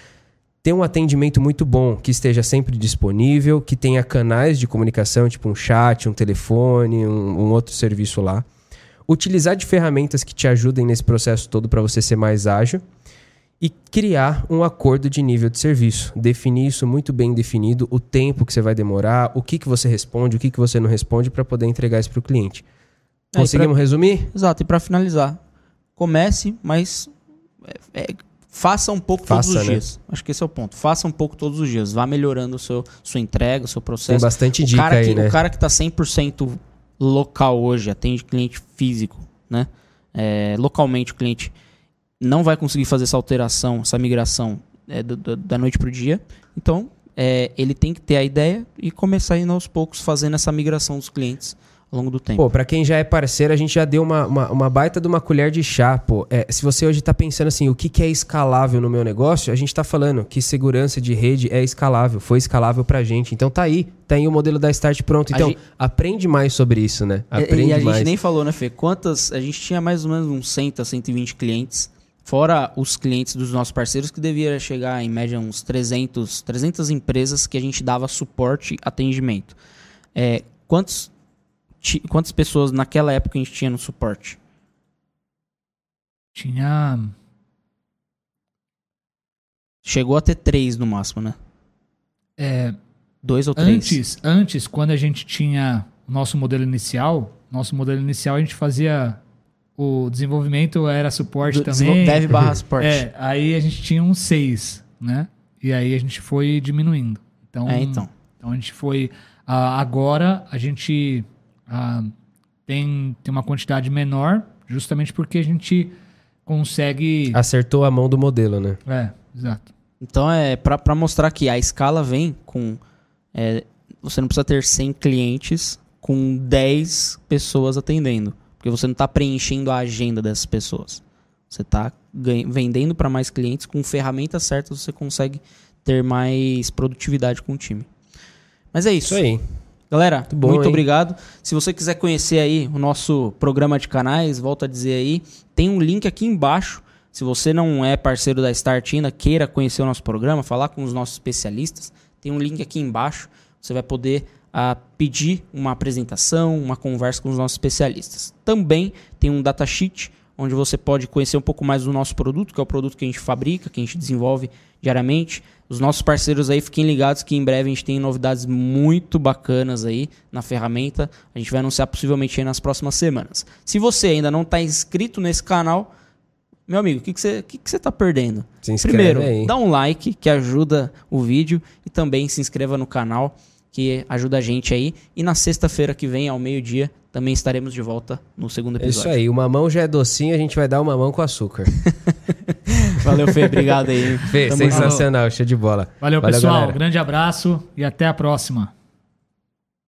[SPEAKER 2] Ter um atendimento muito bom, que esteja sempre disponível, que tenha canais de comunicação, tipo um chat, um telefone, um, um outro serviço lá. Utilizar de ferramentas que te ajudem nesse processo todo para você ser mais ágil. E criar um acordo de nível de serviço. Definir isso muito bem definido, o tempo que você vai demorar, o que, que você responde, o que, que você não responde para poder entregar isso para o cliente. Conseguimos
[SPEAKER 1] pra...
[SPEAKER 2] resumir?
[SPEAKER 1] Exato, e para finalizar, comece, mas é, é, faça um pouco
[SPEAKER 2] Faça,
[SPEAKER 1] todos os
[SPEAKER 2] né?
[SPEAKER 1] dias. Acho que esse é o ponto. Faça um pouco todos os dias. Vá melhorando o seu, sua entrega, o seu processo.
[SPEAKER 2] Tem bastante
[SPEAKER 1] o
[SPEAKER 2] dica
[SPEAKER 1] cara
[SPEAKER 2] aí,
[SPEAKER 1] que,
[SPEAKER 2] né?
[SPEAKER 1] O cara que está cem por cento local hoje, atende cliente físico, né? É, localmente o cliente não vai conseguir fazer essa alteração, essa migração é, do, do, da noite para o dia. Então, é, ele tem que ter a ideia e começar a ir aos poucos fazendo essa migração dos clientes ao longo do tempo.
[SPEAKER 2] Pô, pra quem já é parceiro, a gente já deu uma, uma, uma baita de uma colher de chá, pô. É, se você hoje tá pensando assim, o que, que é escalável no meu negócio, a gente tá falando que segurança de rede é escalável, foi escalável pra gente. Então tá aí, tá aí o modelo da Start pronto. Então,
[SPEAKER 1] gente...
[SPEAKER 2] aprende mais sobre isso, né? Aprende
[SPEAKER 1] e, e a
[SPEAKER 2] mais.
[SPEAKER 1] gente nem falou, né, Fê? Quantas... A gente tinha mais ou menos uns cem a cento e vinte clientes, fora os clientes dos nossos parceiros, que devia chegar em média uns trezentos, trezentas empresas que a gente dava suporte e atendimento. É, quantos... Quantas pessoas naquela época a gente tinha no suporte?
[SPEAKER 3] Tinha...
[SPEAKER 1] Chegou a ter três no máximo, né?
[SPEAKER 3] É,
[SPEAKER 1] Dois ou três.
[SPEAKER 3] antes, antes, quando a gente tinha o nosso modelo inicial, nosso modelo inicial a gente fazia... O desenvolvimento era suporte
[SPEAKER 1] Do,
[SPEAKER 3] também.
[SPEAKER 1] Dev barra suporte.
[SPEAKER 3] É, aí a gente tinha uns seis, né? E aí a gente foi diminuindo. Então,
[SPEAKER 1] É, então.
[SPEAKER 3] então a gente foi... Uh, agora a gente... Uh, tem, tem uma quantidade menor, justamente porque a gente consegue...
[SPEAKER 2] Acertou a mão do modelo, né?
[SPEAKER 3] É, exato.
[SPEAKER 1] Então é pra, pra mostrar que a escala vem com... É, você não precisa ter cem clientes com dez pessoas atendendo. Porque você não está preenchendo a agenda dessas pessoas. Você está vendendo para mais clientes. Com ferramentas certas você consegue ter mais produtividade com o time. Mas é isso.
[SPEAKER 2] Isso aí.
[SPEAKER 1] Galera,
[SPEAKER 2] Muito bom,
[SPEAKER 1] muito
[SPEAKER 2] hein?
[SPEAKER 1] obrigado. Se você quiser conhecer aí o nosso programa de canais, volto a dizer aí, tem um link aqui embaixo. Se você não é parceiro da Start ainda, queira conhecer o nosso programa, falar com os nossos especialistas, tem um link aqui embaixo. Você vai poder uh, pedir uma apresentação, uma conversa com os nossos especialistas. Também tem um datasheet, onde você pode conhecer um pouco mais do nosso produto, que é o produto que a gente fabrica, que a gente desenvolve diariamente. Os nossos parceiros aí, fiquem ligados que em breve a gente tem novidades muito bacanas aí na ferramenta. A gente vai anunciar possivelmente aí nas próximas semanas. Se você ainda não está inscrito nesse canal, meu amigo, o que, que você que que você está perdendo?
[SPEAKER 2] Se inscreve
[SPEAKER 1] Primeiro,
[SPEAKER 2] aí.
[SPEAKER 1] dá um like, que ajuda o vídeo, e também se inscreva no canal, que ajuda a gente aí. E na sexta-feira que vem, ao meio-dia, também estaremos de volta no segundo
[SPEAKER 2] É
[SPEAKER 1] episódio.
[SPEAKER 2] isso aí, o mamão já é docinho, a gente vai dar o mamão com açúcar.
[SPEAKER 1] Valeu, Fê, obrigado aí.
[SPEAKER 2] Fê,
[SPEAKER 1] Tamo
[SPEAKER 2] sensacional, show de bola.
[SPEAKER 3] Valeu,
[SPEAKER 2] Valeu,
[SPEAKER 3] pessoal.
[SPEAKER 2] galera.
[SPEAKER 3] Grande abraço e até a próxima.